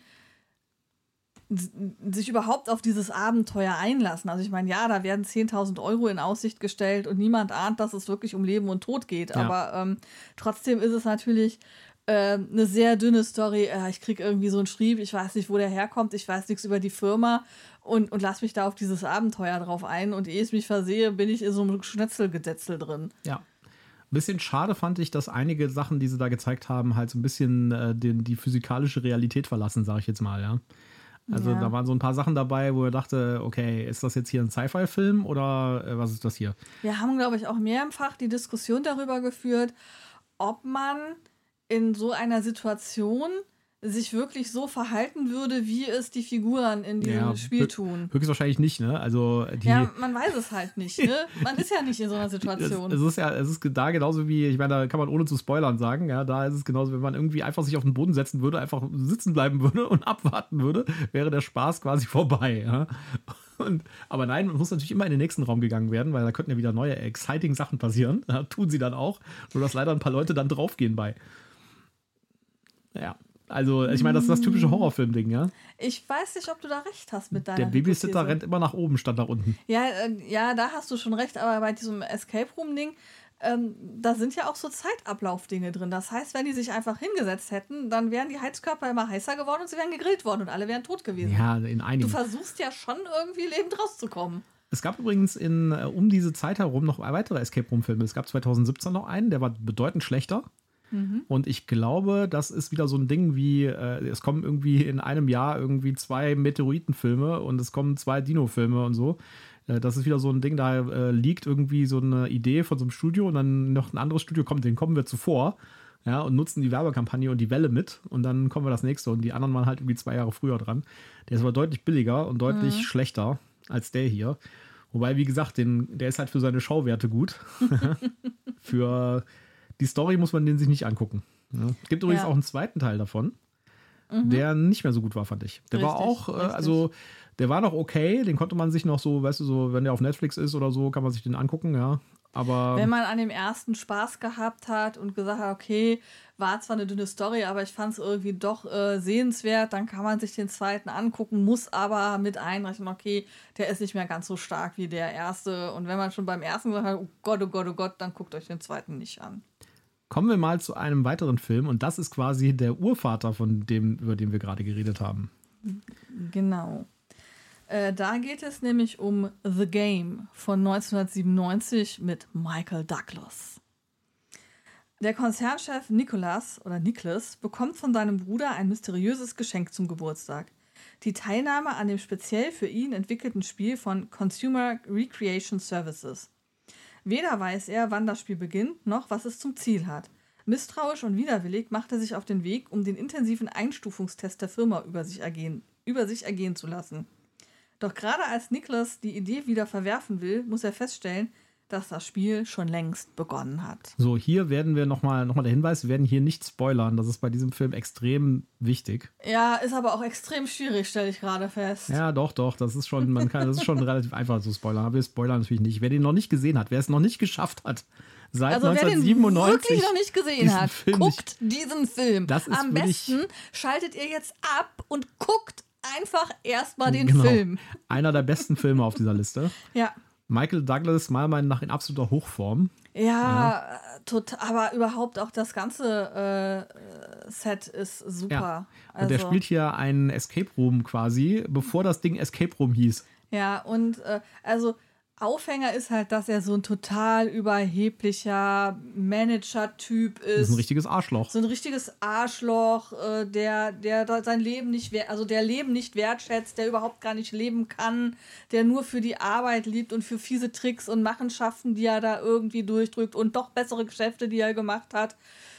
Speaker 2: sich überhaupt auf dieses Abenteuer einlassen. Also ich meine, ja, da werden 10.000 Euro in Aussicht gestellt und niemand ahnt, dass es wirklich um Leben und Tod geht.
Speaker 1: Ja.
Speaker 2: Aber trotzdem ist es natürlich eine sehr dünne Story. Ich kriege irgendwie so einen Schrieb, ich weiß nicht, wo der herkommt, ich weiß nichts über die Firma und lass mich da auf dieses Abenteuer drauf ein. Und ehe ich mich versehe, bin ich in so einem Schnetzelgedetzel drin.
Speaker 1: Ja. Ein bisschen schade fand ich, dass einige Sachen, die sie da gezeigt haben, halt so ein bisschen die physikalische Realität verlassen, sage ich jetzt mal, ja. Also da waren so ein paar Sachen dabei, wo er dachte, okay, ist das jetzt hier ein Sci-Fi-Film oder was ist das hier?
Speaker 2: Wir haben, glaube ich, auch mehrfach die Diskussion darüber geführt, ob man in so einer Situation sich wirklich so verhalten würde, wie es die Figuren in diesem Spiel tun.
Speaker 1: Höchstwahrscheinlich nicht, ne? Also
Speaker 2: ja, man weiß es halt nicht, ne? Man ist ja nicht in so einer Situation.
Speaker 1: Es ist da genauso wie, ich meine, da kann man ohne zu spoilern sagen, ja, da ist es genauso, wenn man irgendwie einfach sich auf den Boden setzen würde, einfach sitzen bleiben würde und abwarten würde, wäre der Spaß quasi vorbei, ja. Aber nein, man muss natürlich immer in den nächsten Raum gegangen werden, weil da könnten ja wieder neue exciting Sachen passieren. Ja, tun sie dann auch, nur dass leider ein paar Leute dann draufgehen bei. Ja. Also, ich meine, das ist das typische Horrorfilm-Ding, ja?
Speaker 2: Ich weiß nicht, ob du da recht hast mit deiner
Speaker 1: Der Babysitter
Speaker 2: Hypothese.
Speaker 1: rennt immer nach oben, statt nach unten.
Speaker 2: Ja, da hast du schon recht, aber bei diesem Escape Room-Ding, da sind ja auch so Zeitablauf-Dinge drin. Das heißt, wenn die sich einfach hingesetzt hätten, dann wären die Heizkörper immer heißer geworden und sie wären gegrillt worden und alle wären tot gewesen.
Speaker 1: Ja, in einigen.
Speaker 2: Du versuchst ja schon irgendwie lebend rauszukommen.
Speaker 1: Es gab übrigens um diese Zeit herum noch weitere Escape Room-Filme. Es gab 2017 noch einen, der war bedeutend schlechter. Und ich glaube, das ist wieder so ein Ding wie, es kommen irgendwie in einem Jahr irgendwie 2 Meteoritenfilme und es kommen 2 Dino-Filme und so. Das ist wieder so ein Ding, da liegt irgendwie so eine Idee von so einem Studio und dann noch ein anderes Studio kommt, denen kommen wir zuvor, ja, und nutzen die Werbekampagne und die Welle mit und dann kommen wir das nächste und die anderen waren halt irgendwie 2 Jahre früher dran. Der ist aber deutlich billiger und deutlich schlechter als der hier. Wobei, wie gesagt, der ist halt für seine Schauwerte gut. Für die Story muss man den sich nicht angucken. Ja. Es gibt übrigens auch einen zweiten Teil davon, der nicht mehr so gut war, fand ich. Der war auch, also der war noch okay, den konnte man sich noch so, weißt du, so, wenn der auf Netflix ist oder so, kann man sich den angucken, ja. Aber
Speaker 2: wenn man an dem ersten Spaß gehabt hat und gesagt hat, okay, war zwar eine dünne Story, aber ich fand es irgendwie doch sehenswert, dann kann man sich den zweiten angucken, muss aber mit einrechnen, okay, der ist nicht mehr ganz so stark wie der erste. Und wenn man schon beim ersten gesagt hat, oh Gott, oh Gott, oh Gott, dann guckt euch den zweiten nicht an.
Speaker 1: Kommen wir mal zu einem weiteren Film und das ist quasi der Urvater von dem, über den wir gerade geredet haben.
Speaker 2: Genau. Da geht es nämlich um The Game von 1997 mit Michael Douglas. Der Konzernchef Nicholas bekommt von seinem Bruder ein mysteriöses Geschenk zum Geburtstag. Die Teilnahme an dem speziell für ihn entwickelten Spiel von Consumer Recreation Services. Weder weiß er, wann das Spiel beginnt, noch was es zum Ziel hat. Misstrauisch und widerwillig macht er sich auf den Weg, um den intensiven Einstufungstest der Firma über sich ergehen zu lassen. Doch gerade als Nicholas die Idee wieder verwerfen will, muss er feststellen, dass das Spiel schon längst begonnen hat.
Speaker 1: So, hier werden wir nochmal der Hinweis, wir werden hier nicht spoilern. Das ist bei diesem Film extrem wichtig.
Speaker 2: Ja, ist aber auch extrem schwierig, stelle ich gerade fest.
Speaker 1: Ja, doch, das ist schon, das ist schon relativ einfach zu spoilern. Aber wir spoilern natürlich nicht. Wer den noch nicht gesehen hat, wer es noch nicht geschafft hat, seit
Speaker 2: also
Speaker 1: 1997
Speaker 2: wer den wirklich noch nicht gesehen hat, guckt diesen Film.
Speaker 1: Das ist
Speaker 2: am besten schaltet ihr jetzt ab und guckt einfach erstmal den Film.
Speaker 1: Einer der besten Filme auf dieser Liste.
Speaker 2: Ja.
Speaker 1: Michael Douglas, meiner Meinung nach in absoluter Hochform.
Speaker 2: Ja, total, aber überhaupt auch das ganze Set ist super.
Speaker 1: Ja. Und der spielt hier einen Escape Room quasi, bevor das Ding Escape Room hieß.
Speaker 2: Ja, und also Aufhänger ist halt, dass er so ein total überheblicher Manager-Typ ist.
Speaker 1: Das ist ein richtiges Arschloch.
Speaker 2: So ein richtiges Arschloch, der sein Leben nicht der Leben nicht wertschätzt, der überhaupt gar nicht leben kann, der nur für die Arbeit liebt und für fiese Tricks und Machenschaften, die er da irgendwie durchdrückt und doch bessere Geschäfte, die er gemacht hat.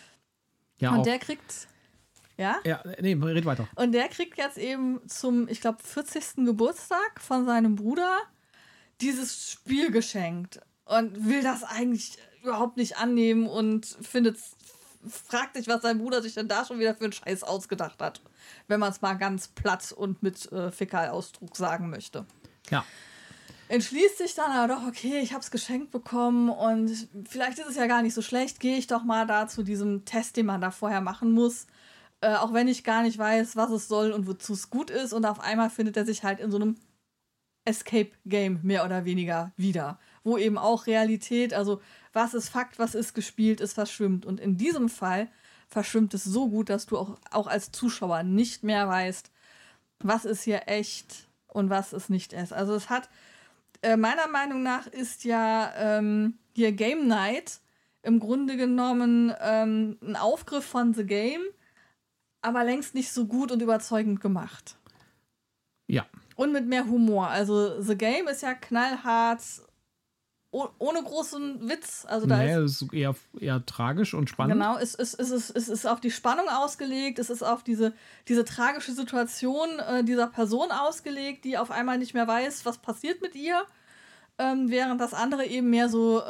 Speaker 1: Ja,
Speaker 2: und
Speaker 1: auch.
Speaker 2: der kriegt... Ja?
Speaker 1: Ja, nee, red weiter.
Speaker 2: Und der kriegt jetzt eben zum, ich glaube, 40. Geburtstag von seinem Bruder dieses Spiel geschenkt und will das eigentlich überhaupt nicht annehmen und findet es fragt sich, was sein Bruder sich denn da schon wieder für einen Scheiß ausgedacht hat. Wenn man es mal ganz platt und mit Fäkalausdruck sagen möchte.
Speaker 1: Ja.
Speaker 2: Entschließt sich dann aber doch, okay, ich habe es geschenkt bekommen und vielleicht ist es ja gar nicht so schlecht, gehe ich doch mal da zu diesem Test, den man da vorher machen muss. Auch wenn ich gar nicht weiß, was es soll und wozu es gut ist. Und auf einmal findet er sich halt in so einem Escape-Game mehr oder weniger wieder. Wo eben auch Realität, also was ist Fakt, was ist gespielt, ist verschwimmt. Und in diesem Fall verschwimmt es so gut, dass du auch als Zuschauer nicht mehr weißt, was ist hier echt und was ist nicht echt. Also es hat, meiner Meinung nach ist ja hier Game Night im Grunde genommen ein Aufgriff von The Game, aber längst nicht so gut und überzeugend gemacht.
Speaker 1: Ja.
Speaker 2: Und mit mehr Humor. Also The Game ist ja knallhart, ohne großen Witz. Also da
Speaker 1: es ist eher tragisch und spannend.
Speaker 2: Genau, es ist auf die Spannung ausgelegt, es ist auf diese tragische Situation dieser Person ausgelegt, die auf einmal nicht mehr weiß, was passiert mit ihr, während das andere eben mehr so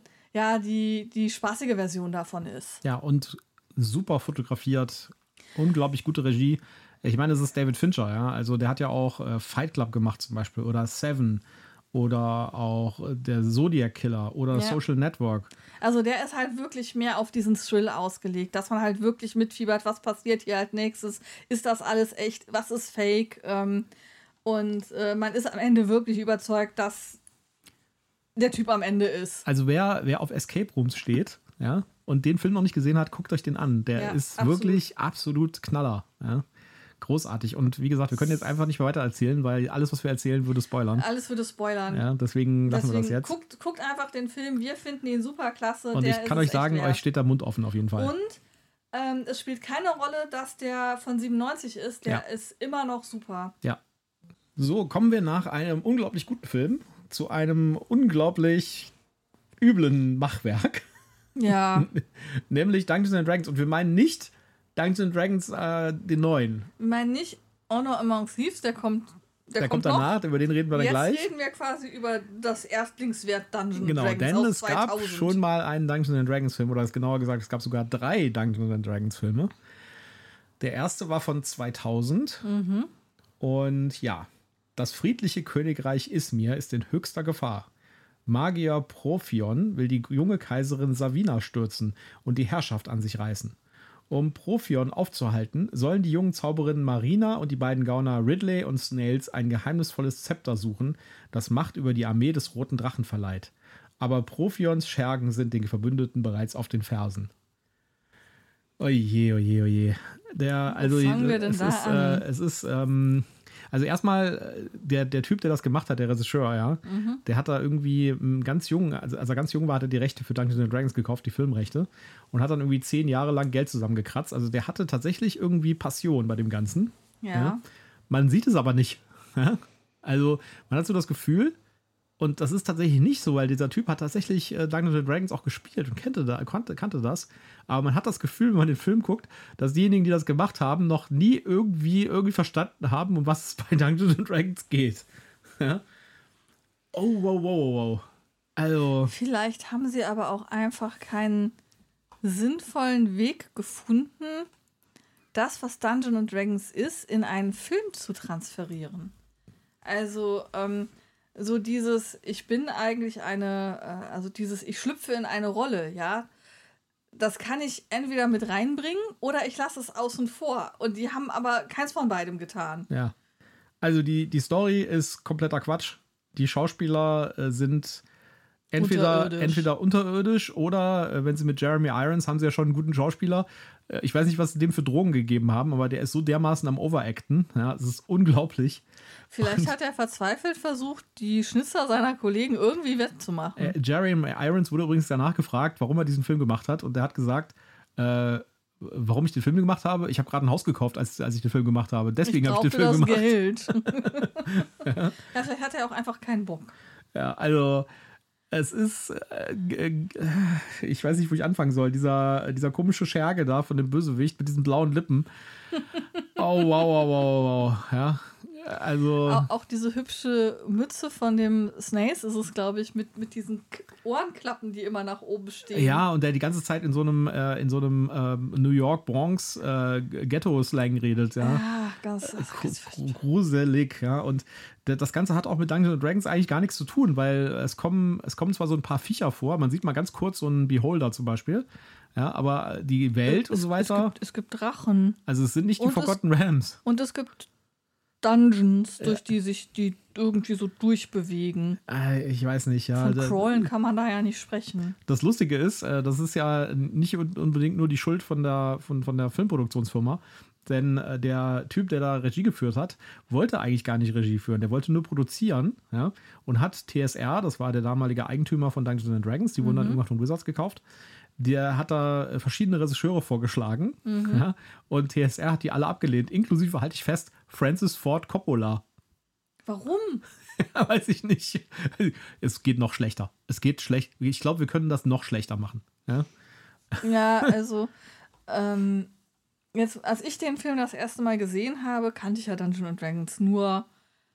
Speaker 2: die spaßige Version davon ist.
Speaker 1: Ja, und super fotografiert, unglaublich gute Regie. Ich meine, es ist David Fincher, ja. Also der hat ja auch Fight Club gemacht zum Beispiel oder Seven oder auch der Zodiac Killer oder Social Network.
Speaker 2: Also der ist halt wirklich mehr auf diesen Thrill ausgelegt, dass man halt wirklich mitfiebert, was passiert hier als nächstes, ist das alles echt, was ist fake, und man ist am Ende wirklich überzeugt, dass der Typ am Ende ist.
Speaker 1: Also wer auf Escape Rooms steht, ja, und den Film noch nicht gesehen hat, guckt euch den an. Der ist absolut. Wirklich absolut Knaller. Ja. Großartig. Und wie gesagt, wir können jetzt einfach nicht mehr weiter erzählen, weil alles, was wir erzählen, würde spoilern.
Speaker 2: Alles würde spoilern.
Speaker 1: Ja, deswegen lassen wir das jetzt.
Speaker 2: Guckt einfach den Film. Wir finden ihn super klasse.
Speaker 1: Und ich kann euch sagen, euch steht der Mund offen auf jeden Fall.
Speaker 2: Und es spielt keine Rolle, dass der von 97 ist. Der ist immer noch super.
Speaker 1: Ja. So, kommen wir nach einem unglaublich guten Film zu einem unglaublich üblen Machwerk.
Speaker 2: Ja.
Speaker 1: Nämlich Dungeons & Dragons. Und wir meinen nicht Dungeons & Dragons den neuen.
Speaker 2: Wir meinen nicht Honor Among Thieves, der kommt
Speaker 1: danach, über den reden wir dann gleich.
Speaker 2: Jetzt reden wir quasi über das Erstlingswert Dungeons
Speaker 1: Genau,
Speaker 2: Dragons
Speaker 1: denn
Speaker 2: aus
Speaker 1: es
Speaker 2: 2000.
Speaker 1: gab schon mal einen Dungeons & Dragons Film, oder genauer gesagt, es gab sogar 3 Dungeons & Dragons Filme. Der erste war von 2000. Und ja, das friedliche Königreich Izmir ist in höchster Gefahr. Magier Prophion will die junge Kaiserin Savina stürzen und die Herrschaft an sich reißen. Um Prophion aufzuhalten, sollen die jungen Zauberinnen Marina und die beiden Gauner Ridley und Snails ein geheimnisvolles Zepter suchen, das Macht über die Armee des Roten Drachen verleiht. Aber Prophions Schergen sind den Verbündeten bereits auf den Fersen. Oje, oje, oje. Also erstmal, der Typ, der das gemacht hat, der Regisseur, ja, der hat da irgendwie ganz jung, also als er ganz jung war, hat er die Rechte für Dungeons & Dragons gekauft, die Filmrechte, und hat dann irgendwie 10 Jahre lang Geld zusammengekratzt. Also der hatte tatsächlich irgendwie Passion bei dem Ganzen. Ja. Man sieht es aber nicht. Ja? Also man hat so das Gefühl, und das ist tatsächlich nicht so, weil dieser Typ hat tatsächlich Dungeons & Dragons auch gespielt und kannte das. Aber man hat das Gefühl, wenn man den Film guckt, dass diejenigen, die das gemacht haben, noch nie irgendwie verstanden haben, um was es bei Dungeons & Dragons geht. Ja? Oh, wow. Also.
Speaker 2: Vielleicht haben sie aber auch einfach keinen sinnvollen Weg gefunden, das, was Dungeons & Dragons ist, in einen Film zu transferieren. Also, so dieses, ich bin eigentlich ich schlüpfe in eine Rolle, ja, das kann ich entweder mit reinbringen oder ich lasse es außen vor. Und die haben aber keins von beidem getan.
Speaker 1: Ja, also die Story ist kompletter Quatsch. Die Schauspieler sind entweder unterirdisch oder, wenn sie mit Jeremy Irons haben sie ja schon einen guten Schauspieler. Ich weiß nicht, was sie dem für Drogen gegeben haben, aber der ist so dermaßen am Overacten. Ja, es ist unglaublich.
Speaker 2: Vielleicht hat er verzweifelt versucht, die Schnitzer seiner Kollegen irgendwie wettzumachen.
Speaker 1: Jeremy Irons wurde übrigens danach gefragt, warum er diesen Film gemacht hat. Und der hat gesagt, warum ich den Film gemacht habe. Ich habe gerade ein Haus gekauft, als ich den Film gemacht habe. Deswegen habe ich den Film gemacht.
Speaker 2: Geld. Ja, vielleicht hat er auch einfach keinen Bock.
Speaker 1: Ja, also es ist, ich weiß nicht, wo ich anfangen soll. Dieser komische Scherge da von dem Bösewicht mit diesen blauen Lippen. Oh, wow. Ja. Also
Speaker 2: Auch diese hübsche Mütze von dem Snace ist es, glaube ich, mit diesen Ohrenklappen, die immer nach oben stehen.
Speaker 1: ja, und der die ganze Zeit in so einem New York Bronx Ghetto-Slang redet, ja.
Speaker 2: Ja, ganz
Speaker 1: Gruselig, ja. Und das Ganze hat auch mit Dungeons Dragons eigentlich gar nichts zu tun, weil es kommen zwar so ein paar Viecher vor, man sieht mal ganz kurz so einen Beholder zum Beispiel, ja, aber die Welt und so weiter.
Speaker 2: Es gibt Drachen.
Speaker 1: Also es sind nicht die Forgotten Realms.
Speaker 2: Und es gibt Dungeons, durch die sich die irgendwie so durchbewegen.
Speaker 1: Ich weiß nicht, ja.
Speaker 2: Von Crawlen kann man da ja nicht sprechen.
Speaker 1: Das Lustige ist, das ist ja nicht unbedingt nur die Schuld von der Filmproduktionsfirma, denn der Typ, der da Regie geführt hat, wollte eigentlich gar nicht Regie führen. Der wollte nur produzieren, ja, und hat TSR, das war der damalige Eigentümer von Dungeons Dragons, die wurden dann irgendwann von Wizards gekauft. Der hat da verschiedene Regisseure vorgeschlagen, ja, und TSR hat die alle abgelehnt, inklusive, halte ich fest, Francis Ford Coppola.
Speaker 2: Warum?
Speaker 1: Weiß ich nicht. Es geht noch schlechter. Es geht schlecht. Ich glaube, wir können das noch schlechter machen. Ja,
Speaker 2: Ja, also jetzt, als ich den Film das erste Mal gesehen habe, kannte ich ja Dungeons Dragons nur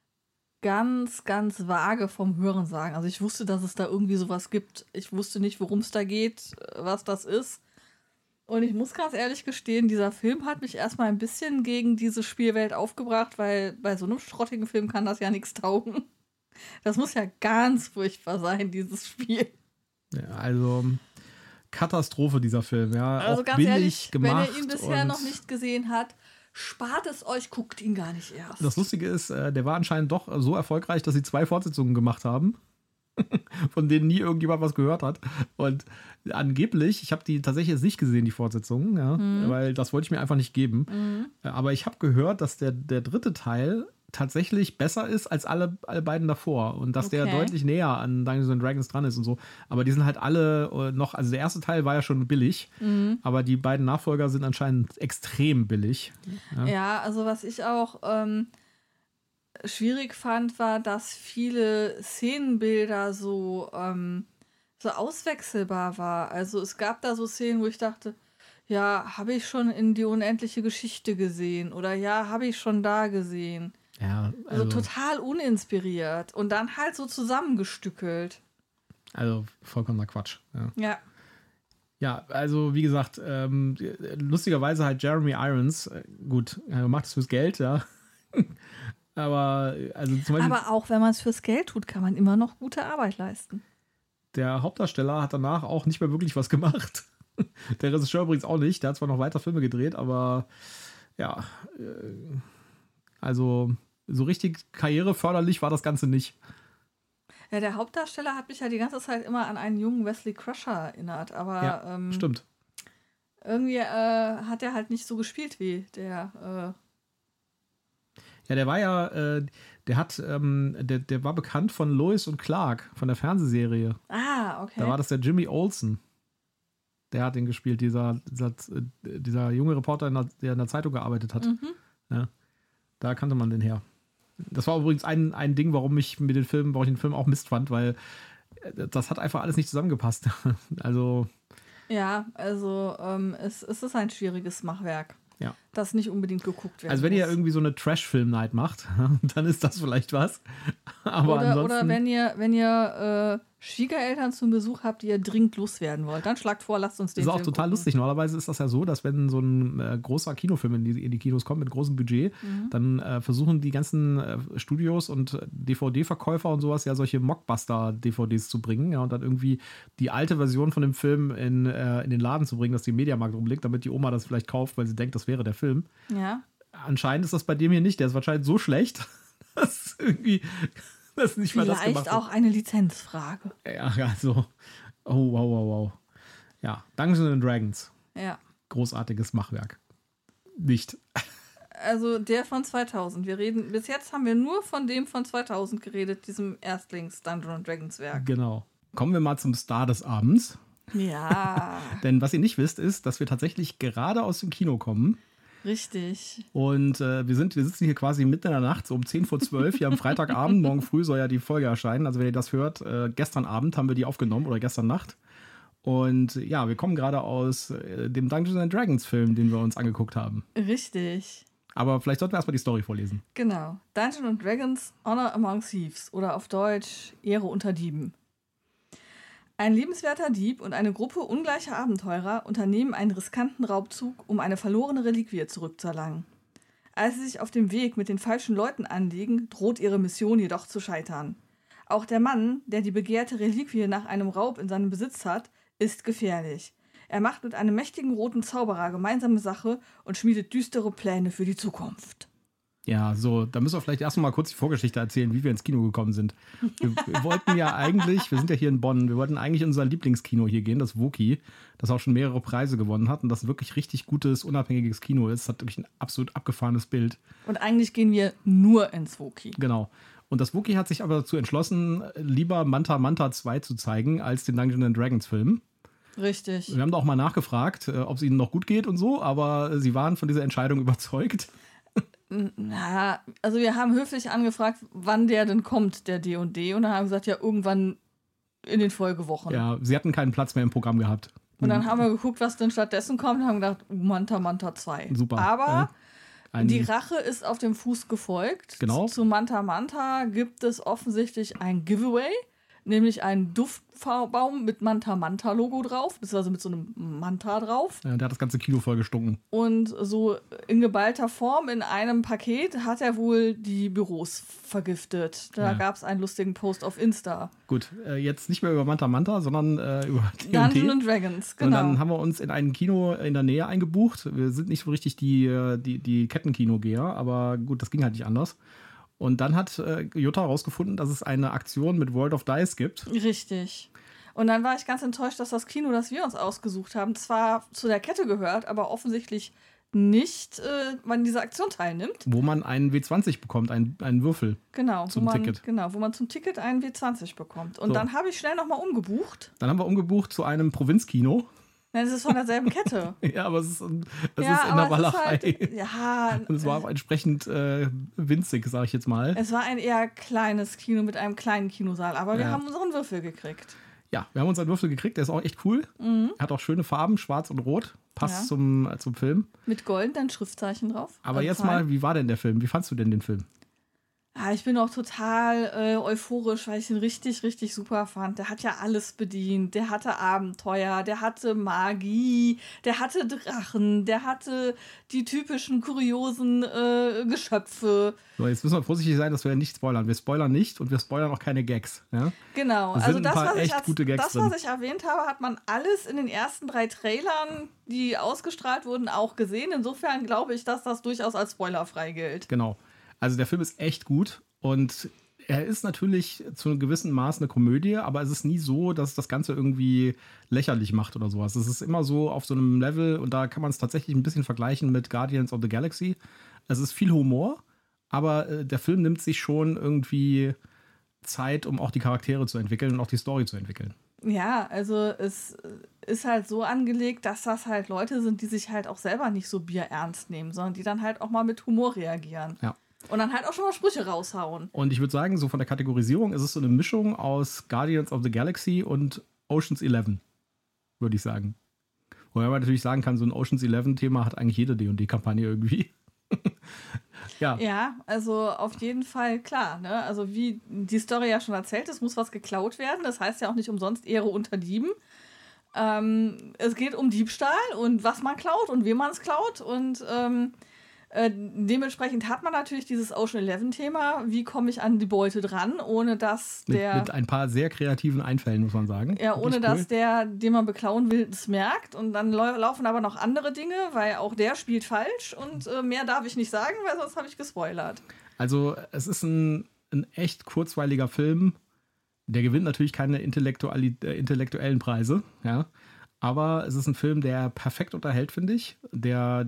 Speaker 2: ganz, ganz vage vom Hören sagen. Also ich wusste, dass es da irgendwie sowas gibt. Ich wusste nicht, worum es da geht, was das ist. Und ich muss ganz ehrlich gestehen, dieser Film hat mich erstmal ein bisschen gegen diese Spielwelt aufgebracht, weil bei so einem schrottigen Film kann das ja nichts taugen. Das muss ja ganz furchtbar sein, dieses Spiel.
Speaker 1: ja, also Katastrophe dieser Film. Ja,
Speaker 2: Also
Speaker 1: auch
Speaker 2: ganz
Speaker 1: billig
Speaker 2: ehrlich,
Speaker 1: gemacht.
Speaker 2: wenn ihr ihn bisher noch nicht gesehen habt, spart es euch, guckt ihn gar nicht erst.
Speaker 1: Das Lustige ist, der war anscheinend doch so erfolgreich, dass sie 2 Fortsetzungen gemacht haben, von denen nie irgendjemand was gehört hat. Und angeblich, ich habe die tatsächlich jetzt nicht gesehen, die Fortsetzungen, ja, weil das wollte ich mir einfach nicht geben. Aber ich habe gehört, dass der dritte Teil tatsächlich besser ist als alle beiden davor und dass der deutlich näher an Dungeons Dragons dran ist und so. Aber die sind halt alle noch, also der erste Teil war ja schon billig, aber die beiden Nachfolger sind anscheinend extrem billig.
Speaker 2: Ja, also was ich auch schwierig fand, war, dass viele Szenenbilder so auswechselbar war. Also es gab da so Szenen, wo ich dachte, ja, habe ich schon in die unendliche Geschichte gesehen oder ja, habe ich schon da gesehen.
Speaker 1: Ja,
Speaker 2: also total uninspiriert und dann halt so zusammengestückelt.
Speaker 1: Also vollkommener Quatsch.
Speaker 2: Ja.
Speaker 1: Ja, also wie gesagt, lustigerweise halt Jeremy Irons, gut, er macht es fürs Geld, ja. Aber also zum Beispiel,
Speaker 2: Aber auch wenn man es fürs Geld tut, kann man immer noch gute Arbeit leisten.
Speaker 1: Der Hauptdarsteller hat danach auch nicht mehr wirklich was gemacht. Der Regisseur übrigens auch nicht. Der hat zwar noch weiter Filme gedreht, aber ja, also so richtig karriereförderlich war das Ganze nicht.
Speaker 2: Ja, der Hauptdarsteller hat mich ja die ganze Zeit immer an einen jungen Wesley Crusher erinnert, aber
Speaker 1: ja, stimmt.
Speaker 2: Irgendwie hat er halt nicht so gespielt wie der.
Speaker 1: Ja, der war ja, der war bekannt von Lois und Clark, von der Fernsehserie.
Speaker 2: Ah, okay.
Speaker 1: Da war das der Jimmy Olsen. Der hat ihn gespielt, dieser junge Reporter, der in der Zeitung gearbeitet hat. Ja, da kannte man den her. Das war übrigens ein Ding, warum ich den Film auch Mist fand, weil das hat einfach alles nicht zusammengepasst. Also.
Speaker 2: Ja, also es ist ein schwieriges Machwerk.
Speaker 1: Ja.
Speaker 2: Das nicht unbedingt geguckt werden
Speaker 1: Also wenn
Speaker 2: muss.
Speaker 1: ihr irgendwie so eine Trash-Film-Night macht, dann ist das vielleicht was. Aber ansonsten,
Speaker 2: oder wenn ihr Schwiegereltern zum Besuch habt, die ihr dringend loswerden wollt, dann schlagt vor, lasst uns den
Speaker 1: Das ist
Speaker 2: Film
Speaker 1: auch total
Speaker 2: gucken.
Speaker 1: lustig. Normalerweise ist das ja so, dass wenn so ein großer Kinofilm in die Kinos kommt mit großem Budget, dann versuchen die ganzen Studios und DVD-Verkäufer und sowas ja solche Mockbuster-DVDs zu bringen, ja, und dann irgendwie die alte Version von dem Film in den Laden zu bringen, dass die im Mediamarkt rumliegt, damit die Oma das vielleicht kauft, weil sie denkt, das wäre der Film.
Speaker 2: Ja.
Speaker 1: Anscheinend ist das bei dem hier nicht. Der ist wahrscheinlich so schlecht, dass irgendwie das nicht mal das gemacht
Speaker 2: Vielleicht auch eine Lizenzfrage.
Speaker 1: Ja, also, oh, wow. Ja, Dungeons Dragons.
Speaker 2: Ja.
Speaker 1: Großartiges Machwerk. Nicht.
Speaker 2: Also der von 2000. Bis jetzt haben wir nur von dem von 2000 geredet, diesem Erstlings-Dungeons Dragons Werk.
Speaker 1: Genau. Kommen wir mal zum Star des Abends.
Speaker 2: Ja.
Speaker 1: Denn was ihr nicht wisst, ist, dass wir tatsächlich gerade aus dem Kino kommen.
Speaker 2: Richtig.
Speaker 1: Und wir sitzen hier quasi mitten in der Nacht, so um 10:12 hier am Freitagabend. Morgen früh soll ja die Folge erscheinen. Also wenn ihr das hört, gestern Abend haben wir die aufgenommen oder gestern Nacht. Und ja, wir kommen gerade aus dem Dungeons Dragons Film, den wir uns angeguckt haben.
Speaker 2: Richtig.
Speaker 1: Aber vielleicht sollten wir erstmal die Story vorlesen.
Speaker 2: Genau. Dungeons & Dragons Honor Among Thieves oder auf Deutsch Ehre unter Dieben. Ein liebenswerter Dieb und eine Gruppe ungleicher Abenteurer unternehmen einen riskanten Raubzug, um eine verlorene Reliquie zurückzuerlangen. Als sie sich auf dem Weg mit den falschen Leuten anlegen, droht ihre Mission jedoch zu scheitern. Auch der Mann, der die begehrte Reliquie nach einem Raub in seinem Besitz hat, ist gefährlich. Er macht mit einem mächtigen roten Zauberer gemeinsame Sache und schmiedet düstere Pläne für die Zukunft.
Speaker 1: Ja, so, da müssen wir vielleicht erst mal kurz die Vorgeschichte erzählen, wie wir ins Kino gekommen sind. Wir wollten ja eigentlich, wir sind ja hier in Bonn, wir wollten eigentlich in unser Lieblingskino hier gehen, das Woki, das auch schon mehrere Preise gewonnen hat und das wirklich richtig gutes, unabhängiges Kino ist. Das hat wirklich ein absolut abgefahrenes Bild.
Speaker 2: Und eigentlich gehen wir nur ins Woki.
Speaker 1: Genau. Und das Woki hat sich aber dazu entschlossen, lieber Manta Manta 2 zu zeigen, als den Dungeons & Dragons Film.
Speaker 2: Richtig.
Speaker 1: Wir haben da auch mal nachgefragt, ob es ihnen noch gut geht und so, aber sie waren von dieser Entscheidung überzeugt.
Speaker 2: Na, also wir haben höflich angefragt, wann der denn kommt, der D&D. Und dann haben wir gesagt, ja, irgendwann in den Folgewochen.
Speaker 1: Ja, sie hatten keinen Platz mehr im Programm gehabt.
Speaker 2: Und dann haben wir geguckt, was denn stattdessen kommt und haben gedacht, Manta Manta 2.
Speaker 1: Super.
Speaker 2: Aber die Rache ist auf dem Fuß gefolgt.
Speaker 1: Genau.
Speaker 2: Zu Manta Manta gibt es offensichtlich ein Giveaway, nämlich einen Duftbaum mit Manta Manta Logo drauf, beziehungsweise mit so einem Manta drauf.
Speaker 1: Der hat das ganze Kino voll gestunken.
Speaker 2: Und so in geballter Form in einem Paket hat er wohl die Büros vergiftet. Da gab es einen lustigen Post auf Insta.
Speaker 1: Gut, jetzt nicht mehr über Manta Manta, sondern über D&D.
Speaker 2: Dungeons & Dragons, genau.
Speaker 1: Und dann haben wir uns in ein Kino in der Nähe eingebucht. Wir sind nicht so richtig die Kettenkinogeher, aber gut, das ging halt nicht anders. Und dann hat Jutta herausgefunden, dass es eine Aktion mit World of Dice gibt.
Speaker 2: Richtig. Und dann war ich ganz enttäuscht, dass das Kino, das wir uns ausgesucht haben, zwar zu der Kette gehört, aber offensichtlich nicht an dieser Aktion teilnimmt.
Speaker 1: Wo man einen W20 bekommt, einen Würfel.
Speaker 2: Genau,
Speaker 1: zum Ticket.
Speaker 2: Genau, wo man zum Ticket einen W20 bekommt. Und
Speaker 1: So.
Speaker 2: dann habe ich schnell nochmal umgebucht.
Speaker 1: Dann haben wir umgebucht zu einem Provinzkino.
Speaker 2: Nein, es ist von derselben Kette.
Speaker 1: Ja, aber es ist in der
Speaker 2: aber
Speaker 1: Walachei.
Speaker 2: es ist halt, ja,
Speaker 1: Und es war auch entsprechend winzig, sage ich jetzt mal.
Speaker 2: es war ein eher kleines Kino mit einem kleinen Kinosaal, aber wir
Speaker 1: Ja.
Speaker 2: haben unseren Würfel gekriegt.
Speaker 1: Ja, wir haben uns einen Würfel gekriegt, der ist auch echt cool. Hat auch schöne Farben, schwarz und rot. Passt zum Film.
Speaker 2: Mit goldenen Schriftzeichen drauf.
Speaker 1: Aber
Speaker 2: Also
Speaker 1: jetzt
Speaker 2: Zahlen.
Speaker 1: mal, wie war denn der Film? Wie fandst du denn den Film?
Speaker 2: Ja, ich bin auch total euphorisch, weil ich ihn richtig, richtig super fand. Der hat ja alles bedient. Der hatte Abenteuer, der hatte Magie, der hatte Drachen, der hatte die typischen kuriosen Geschöpfe.
Speaker 1: So, jetzt müssen wir vorsichtig sein, dass wir nicht spoilern. Wir spoilern nicht und wir spoilern auch keine Gags. Ja?
Speaker 2: Genau,
Speaker 1: Da
Speaker 2: also
Speaker 1: sind ein
Speaker 2: das,
Speaker 1: paar
Speaker 2: was ich,
Speaker 1: echt gute Gags
Speaker 2: was
Speaker 1: drin.
Speaker 2: ich erwähnt habe, hat man alles in den ersten 3 Trailern, die ausgestrahlt wurden, auch gesehen. Insofern glaube ich, dass das durchaus als spoilerfrei gilt.
Speaker 1: Genau. Also der Film ist echt gut und er ist natürlich zu einem gewissen Maß eine Komödie, aber es ist nie so, dass das Ganze irgendwie lächerlich macht oder sowas. Es ist immer so auf so einem Level und da kann man es tatsächlich ein bisschen vergleichen mit Guardians of the Galaxy. Es ist viel Humor, aber der Film nimmt sich schon irgendwie Zeit, um auch die Charaktere zu entwickeln und auch die Story zu entwickeln.
Speaker 2: Ja, also es ist halt so angelegt, dass das halt Leute sind, die sich halt auch selber nicht so bierernst nehmen, sondern die dann halt auch mal mit Humor reagieren.
Speaker 1: Ja.
Speaker 2: Und dann halt auch schon mal Sprüche raushauen.
Speaker 1: Und ich würde sagen, so von der Kategorisierung ist es so eine Mischung aus Guardians of the Galaxy und Ocean's 11, würde ich sagen. Wobei man natürlich sagen kann, so ein Ocean's 11-Thema hat eigentlich jede D&D-Kampagne irgendwie. Ja.
Speaker 2: Ja, also auf jeden Fall klar. Ne? Also wie die Story ja schon erzählt, es muss was geklaut werden. Das heißt ja auch nicht umsonst Ehre unter Dieben. Es geht um Diebstahl und was man klaut und wem man es klaut. Und dementsprechend hat man natürlich dieses Ocean 11-Thema. Wie komme ich an die Beute dran, ohne dass der...
Speaker 1: Mit ein paar sehr kreativen Einfällen, muss man sagen.
Speaker 2: Ja, ohne
Speaker 1: Wirklich
Speaker 2: dass
Speaker 1: cool.
Speaker 2: der, den man beklauen will, es merkt. Und dann laufen aber noch andere Dinge, weil auch der spielt falsch. Und mehr darf ich nicht sagen, weil sonst habe ich gespoilert.
Speaker 1: Also es ist ein echt kurzweiliger Film. Der gewinnt natürlich keine intellektuellen Preise, ja. Aber es ist ein Film, der perfekt unterhält, finde ich. Der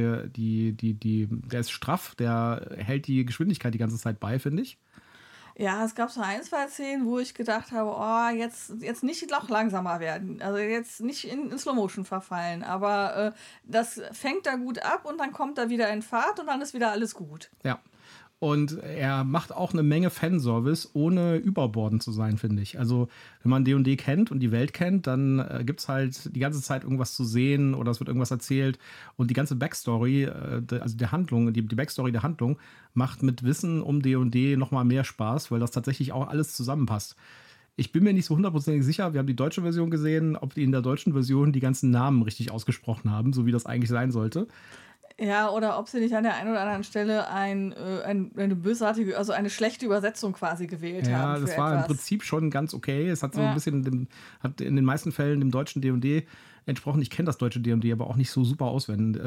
Speaker 1: ist straff, der hält die Geschwindigkeit die ganze Zeit bei, finde ich.
Speaker 2: Ja, es gab so 1, 2 Szenen, wo ich gedacht habe, oh, jetzt nicht noch langsamer werden. Also jetzt nicht in Slow-Motion verfallen. Aber das fängt da gut ab und dann kommt er wieder in Fahrt und dann ist wieder alles gut.
Speaker 1: Ja. Und er macht auch eine Menge Fanservice, ohne überbordend zu sein, finde ich. Also, wenn man D&D kennt und die Welt kennt, dann gibt es halt die ganze Zeit irgendwas zu sehen oder es wird irgendwas erzählt. Und die ganze Backstory, also der Handlung, die Backstory der Handlung, macht mit Wissen um D&D nochmal mehr Spaß, weil das tatsächlich auch alles zusammenpasst. Ich bin mir nicht so hundertprozentig sicher, wir haben die deutsche Version gesehen, ob die in der deutschen Version die ganzen Namen richtig ausgesprochen haben, so wie das eigentlich sein sollte.
Speaker 2: Ja, oder ob sie nicht an der einen oder anderen Stelle eine bösartige, also eine schlechte Übersetzung quasi gewählt haben.
Speaker 1: Ja, das war im Prinzip schon ganz okay. Es hat so ein bisschen, hat in den meisten Fällen dem deutschen D&D entsprochen. Ich kenne das deutsche D&D aber auch nicht so super auswendig,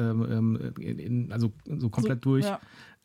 Speaker 1: also so komplett durch. Ja.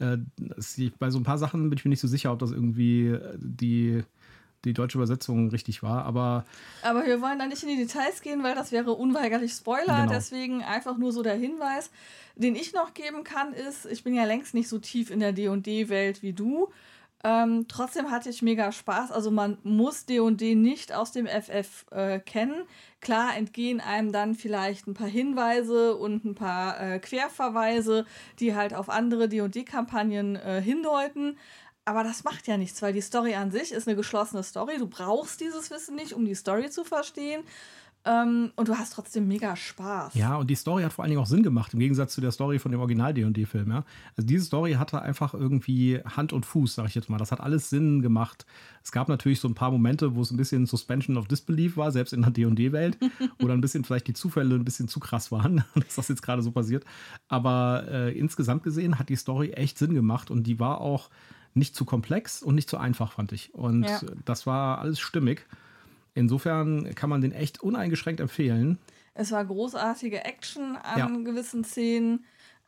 Speaker 1: Bei so ein paar Sachen bin ich mir nicht so sicher, ob das irgendwie die deutsche Übersetzung richtig war, aber
Speaker 2: wir wollen da nicht in die Details gehen, weil das wäre unweigerlich Spoiler, genau. Deswegen einfach nur so der Hinweis, den ich noch geben kann, ist, ich bin ja längst nicht so tief in der D&D-Welt wie du, trotzdem hatte ich mega Spaß, also man muss D&D nicht aus dem FF kennen, klar entgehen einem dann vielleicht ein paar Hinweise und ein paar Querverweise, die halt auf andere D&D-Kampagnen hindeuten. Aber das macht ja nichts, weil die Story an sich ist eine geschlossene Story. Du brauchst dieses Wissen nicht, um die Story zu verstehen. Und du hast trotzdem mega Spaß.
Speaker 1: Ja, und die Story hat vor allen Dingen auch Sinn gemacht, im Gegensatz zu der Story von dem Original-D&D-Film. Ja? Also diese Story hatte einfach irgendwie Hand und Fuß, sag ich jetzt mal. Das hat alles Sinn gemacht. Es gab natürlich so ein paar Momente, wo es ein bisschen Suspension of Disbelief war, selbst in der D&D-Welt. Oder ein bisschen vielleicht die Zufälle ein bisschen zu krass waren, dass das jetzt gerade so passiert. Aber insgesamt gesehen hat die Story echt Sinn gemacht und die war auch nicht zu komplex und nicht zu einfach, fand ich. Und das war alles stimmig. Insofern kann man den echt uneingeschränkt empfehlen.
Speaker 2: Es war großartige Action an gewissen Szenen.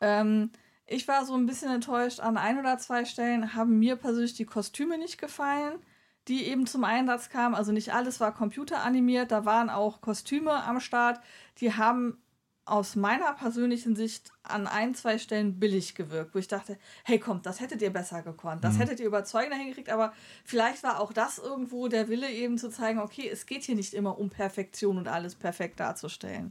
Speaker 2: Ich war so ein bisschen enttäuscht an 1 oder 2 Stellen, haben mir persönlich die Kostüme nicht gefallen, die eben zum Einsatz kamen. Also nicht alles war computeranimiert, da waren auch Kostüme am Start. Die haben aus meiner persönlichen Sicht an 1, 2 Stellen billig gewirkt, wo ich dachte, hey komm, das hättet ihr besser gekonnt, das hättet ihr überzeugender hingekriegt, aber vielleicht war auch das irgendwo der Wille eben zu zeigen, okay, es geht hier nicht immer um Perfektion und alles perfekt darzustellen.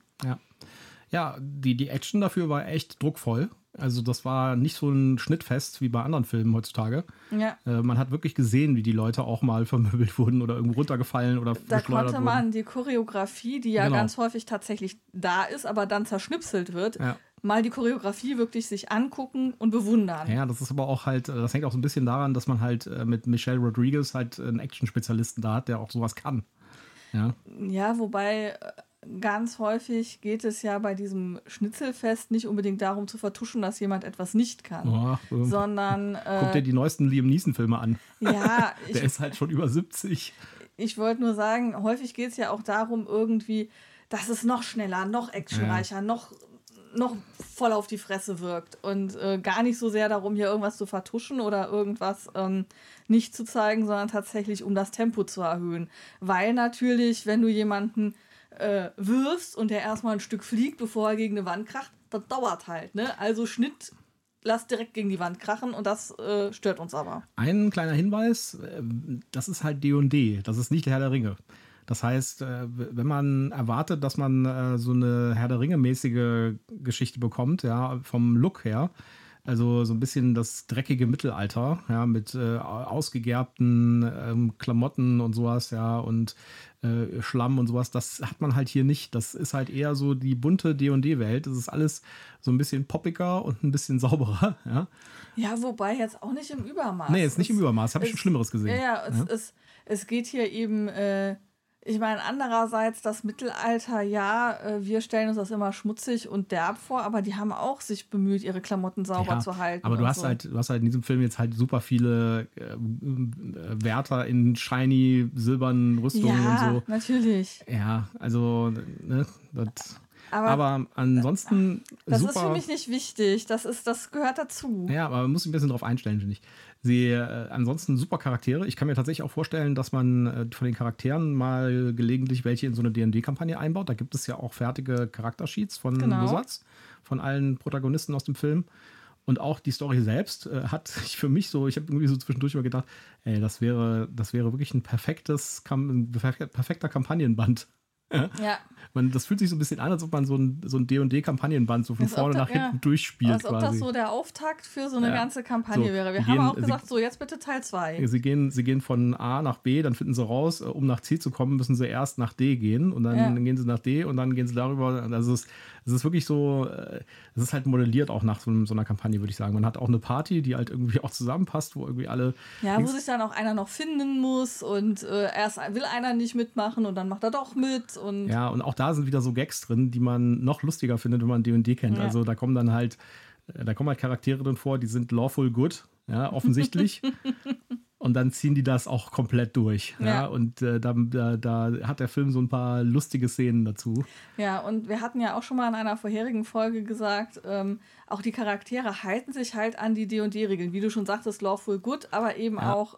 Speaker 1: Ja, die Action dafür war echt druckvoll. Also das war nicht so ein Schnittfest wie bei anderen Filmen heutzutage. Ja. Man hat wirklich gesehen, wie die Leute auch mal vermöbelt wurden oder irgendwo runtergefallen oder
Speaker 2: da konnte man die Choreografie, die ja ganz häufig tatsächlich da ist, aber dann zerschnipselt wird, mal die Choreografie wirklich sich angucken und bewundern.
Speaker 1: Ja, das ist aber auch halt, das hängt auch so ein bisschen daran, dass man halt mit Michelle Rodriguez halt einen Action-Spezialisten da hat, der auch sowas kann.
Speaker 2: Ja, wobei ganz häufig geht es ja bei diesem Schnitzelfest nicht unbedingt darum zu vertuschen, dass jemand etwas nicht kann, sondern
Speaker 1: guck dir die neuesten Liam Neeson-Filme an.
Speaker 2: Ja,
Speaker 1: der ist halt schon über 70.
Speaker 2: Ich wollte nur sagen, häufig geht es ja auch darum irgendwie, dass es noch schneller, noch actionreicher, noch voll auf die Fresse wirkt und gar nicht so sehr darum, hier irgendwas zu vertuschen oder irgendwas nicht zu zeigen, sondern tatsächlich um das Tempo zu erhöhen. Weil natürlich, wenn du jemanden wirfst und der erstmal ein Stück fliegt, bevor er gegen eine Wand kracht, das dauert halt, ne? Also Schnitt, lass direkt gegen die Wand krachen und das stört uns aber.
Speaker 1: Ein kleiner Hinweis, das ist halt D&D, das ist nicht der Herr der Ringe. Das heißt, wenn man erwartet, dass man so eine Herr der Ringe-mäßige Geschichte bekommt, ja, vom Look her, also so ein bisschen das dreckige Mittelalter, ja, mit ausgegerbten Klamotten und sowas, ja, und Schlamm und sowas, das hat man halt hier nicht. Das ist halt eher so die bunte D&D-Welt. Das ist alles so ein bisschen poppiger und ein bisschen sauberer, ja.
Speaker 2: Ja, wobei jetzt auch nicht im Übermaß.
Speaker 1: Nee, jetzt nicht im Übermaß. Habe ich schon Schlimmeres gesehen.
Speaker 2: Es geht hier eben ich meine, andererseits das Mittelalter, wir stellen uns das immer schmutzig und derb vor, aber die haben auch sich bemüht, ihre Klamotten sauber zu halten.
Speaker 1: Aber du hast halt in diesem Film jetzt halt super viele Wärter in shiny silbernen Rüstungen und so.
Speaker 2: Ja, natürlich.
Speaker 1: Ja, also, ne, aber ansonsten
Speaker 2: das
Speaker 1: super.
Speaker 2: Das ist für mich nicht wichtig. Das gehört dazu.
Speaker 1: Ja, aber man muss sich ein bisschen drauf einstellen, finde ich. Ansonsten super Charaktere. Ich kann mir tatsächlich auch vorstellen, dass man von den Charakteren mal gelegentlich welche in so eine D&D-Kampagne einbaut. Da gibt es ja auch fertige Charaktersheets von Wizards, von allen Protagonisten aus dem Film. Und auch die Story selbst hat für mich so, ich habe irgendwie so zwischendurch immer gedacht, ey, das wäre wirklich ein perfekter Kampagnenband.
Speaker 2: Ja.
Speaker 1: Das fühlt sich so ein bisschen an, als ob man so ein D&D-Kampagnenband so von vorne nach hinten durchspielt.
Speaker 2: Als ob das so der Auftakt für so eine ganze Kampagne wäre. Wir haben auch gesagt, so jetzt bitte Teil 2.
Speaker 1: Sie gehen von A nach B, dann finden sie raus, um nach C zu kommen, müssen sie erst nach D gehen und dann gehen sie nach D und dann gehen sie darüber. Also es ist wirklich so, es ist halt modelliert auch nach so einer Kampagne, würde ich sagen. Man hat auch eine Party, die halt irgendwie auch zusammenpasst, wo irgendwie alle...
Speaker 2: Ja, wo sich dann auch einer noch finden muss und erst will einer nicht mitmachen und dann macht er doch mit. Und
Speaker 1: ja, und auch da sind wieder so Gags drin, die man noch lustiger findet, wenn man D&D kennt. Ja. Also da kommen halt Charaktere drin vor, die sind lawful good, ja, offensichtlich. Und dann ziehen die das auch komplett durch. Ja. Und da hat der Film so ein paar lustige Szenen dazu.
Speaker 2: Ja, und wir hatten ja auch schon mal in einer vorherigen Folge gesagt, auch die Charaktere halten sich halt an die D&D-Regeln. Wie du schon sagtest, lawful good, aber eben auch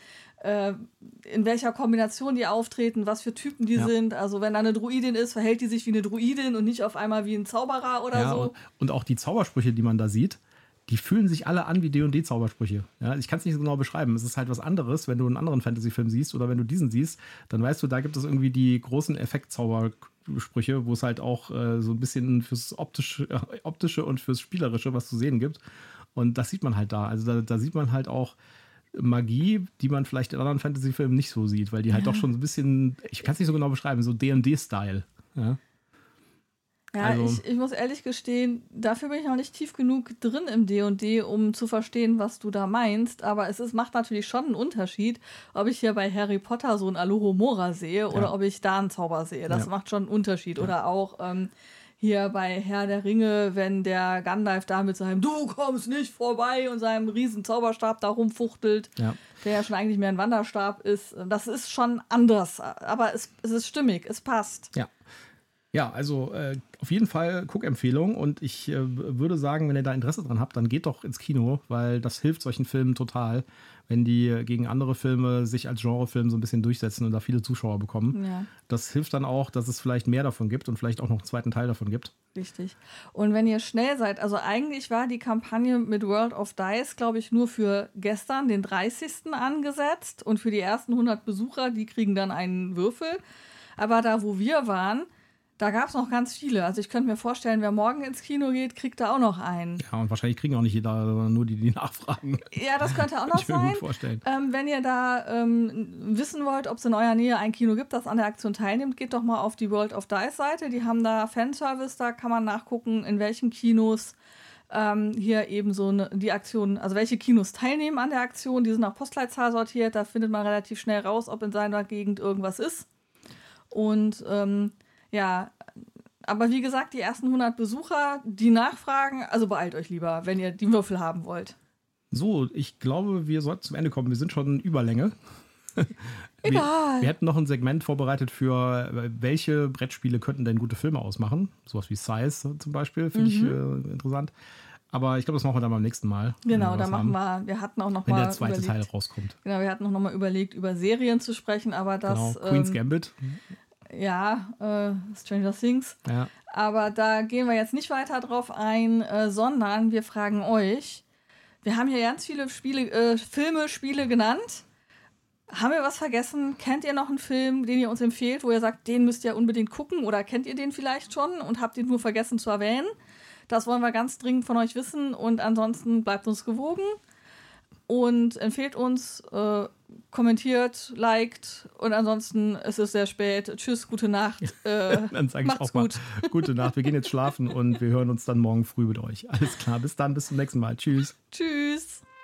Speaker 2: in welcher Kombination die auftreten, was für Typen die sind. Also wenn da eine Druidin ist, verhält die sich wie eine Druidin und nicht auf einmal wie ein Zauberer oder so.
Speaker 1: Und auch die Zaubersprüche, die man da sieht, die fühlen sich alle an wie D&D-Zaubersprüche. Ja, ich kann es nicht so genau beschreiben. Es ist halt was anderes, wenn du einen anderen Fantasy-Film siehst oder wenn du diesen siehst, dann weißt du, da gibt es irgendwie die großen Effektzaubersprüche, wo es halt auch so ein bisschen fürs Optische und fürs Spielerische was zu sehen gibt. Und das sieht man halt da. Also da sieht man halt auch Magie, die man vielleicht in anderen Fantasy-Filmen nicht so sieht, weil die halt doch schon so ein bisschen, ich kann es nicht so genau beschreiben, so D&D-Style. Ja.
Speaker 2: Ja, also, ich muss ehrlich gestehen, dafür bin ich noch nicht tief genug drin im D&D, um zu verstehen, was du da meinst. Aber macht natürlich schon einen Unterschied, ob ich hier bei Harry Potter so ein Alohomora sehe oder ob ich da einen Zauber sehe. Das macht schon einen Unterschied. Ja. Oder auch hier bei Herr der Ringe, wenn der Gandalf da mit seinem Du kommst nicht vorbei und seinem riesen Zauberstab da rumfuchtelt, der ja schon eigentlich mehr ein Wanderstab ist. Das ist schon anders, aber es ist stimmig, es passt.
Speaker 1: Ja, also auf jeden Fall Guckempfehlung und ich würde sagen, wenn ihr da Interesse dran habt, dann geht doch ins Kino, weil das hilft solchen Filmen total, wenn die gegen andere Filme sich als Genrefilm so ein bisschen durchsetzen und da viele Zuschauer bekommen. Ja. Das hilft dann auch, dass es vielleicht mehr davon gibt und vielleicht auch noch einen zweiten Teil davon gibt.
Speaker 2: Richtig. Und wenn ihr schnell seid, also eigentlich war die Kampagne mit World of Dice, glaube ich, nur für gestern, den 30. angesetzt und für die ersten 100 Besucher, die kriegen dann einen Würfel. Aber da, wo wir waren, da gab es noch ganz viele. Also ich könnte mir vorstellen, wer morgen ins Kino geht, kriegt da auch noch einen.
Speaker 1: Ja, und wahrscheinlich kriegen auch nicht jeder, sondern nur die nachfragen.
Speaker 2: Ja, das könnte auch noch sein.
Speaker 1: Ich mir gut vorstellen.
Speaker 2: Wenn ihr da wissen wollt, ob es in eurer Nähe ein Kino gibt, das an der Aktion teilnimmt, geht doch mal auf die World of Dice Seite. Die haben da Fanservice, da kann man nachgucken, in welchen Kinos hier eben so die Aktion, also welche Kinos teilnehmen an der Aktion. Die sind nach Postleitzahl sortiert, da findet man relativ schnell raus, ob in seiner Gegend irgendwas ist. Und ja, aber wie gesagt, die ersten 100 Besucher, die nachfragen, also beeilt euch lieber, wenn ihr die Würfel haben wollt.
Speaker 1: So, ich glaube, wir sollten zum Ende kommen. Wir sind schon Überlänge.
Speaker 2: Egal.
Speaker 1: Wir hätten noch ein Segment vorbereitet für, welche Brettspiele könnten denn gute Filme ausmachen. Sowas wie Size zum Beispiel, finde ich interessant. Aber ich glaube, das machen wir dann beim nächsten Mal.
Speaker 2: Genau, da machen wir hatten auch noch
Speaker 1: wenn
Speaker 2: mal
Speaker 1: der zweite Teil rauskommt.
Speaker 2: Genau, wir hatten auch noch mal überlegt, über Serien zu sprechen, aber das...
Speaker 1: Genau, Queen's Gambit.
Speaker 2: Ja, Stranger Things.
Speaker 1: Ja.
Speaker 2: Aber da gehen wir jetzt nicht weiter drauf ein, sondern wir fragen euch, wir haben hier ganz viele Spiele genannt. Haben wir was vergessen? Kennt ihr noch einen Film, den ihr uns empfehlt, wo ihr sagt, den müsst ihr unbedingt gucken? Oder kennt ihr den vielleicht schon und habt ihn nur vergessen zu erwähnen? Das wollen wir ganz dringend von euch wissen und ansonsten bleibt uns gewogen und empfehlt uns, kommentiert, liked und ansonsten ist es sehr spät. Tschüss, gute Nacht.
Speaker 1: Dann sage ich auch mal gute Nacht. Wir gehen jetzt schlafen und wir hören uns dann morgen früh mit euch. Alles klar, bis dann, bis zum nächsten Mal. Tschüss.
Speaker 2: Tschüss.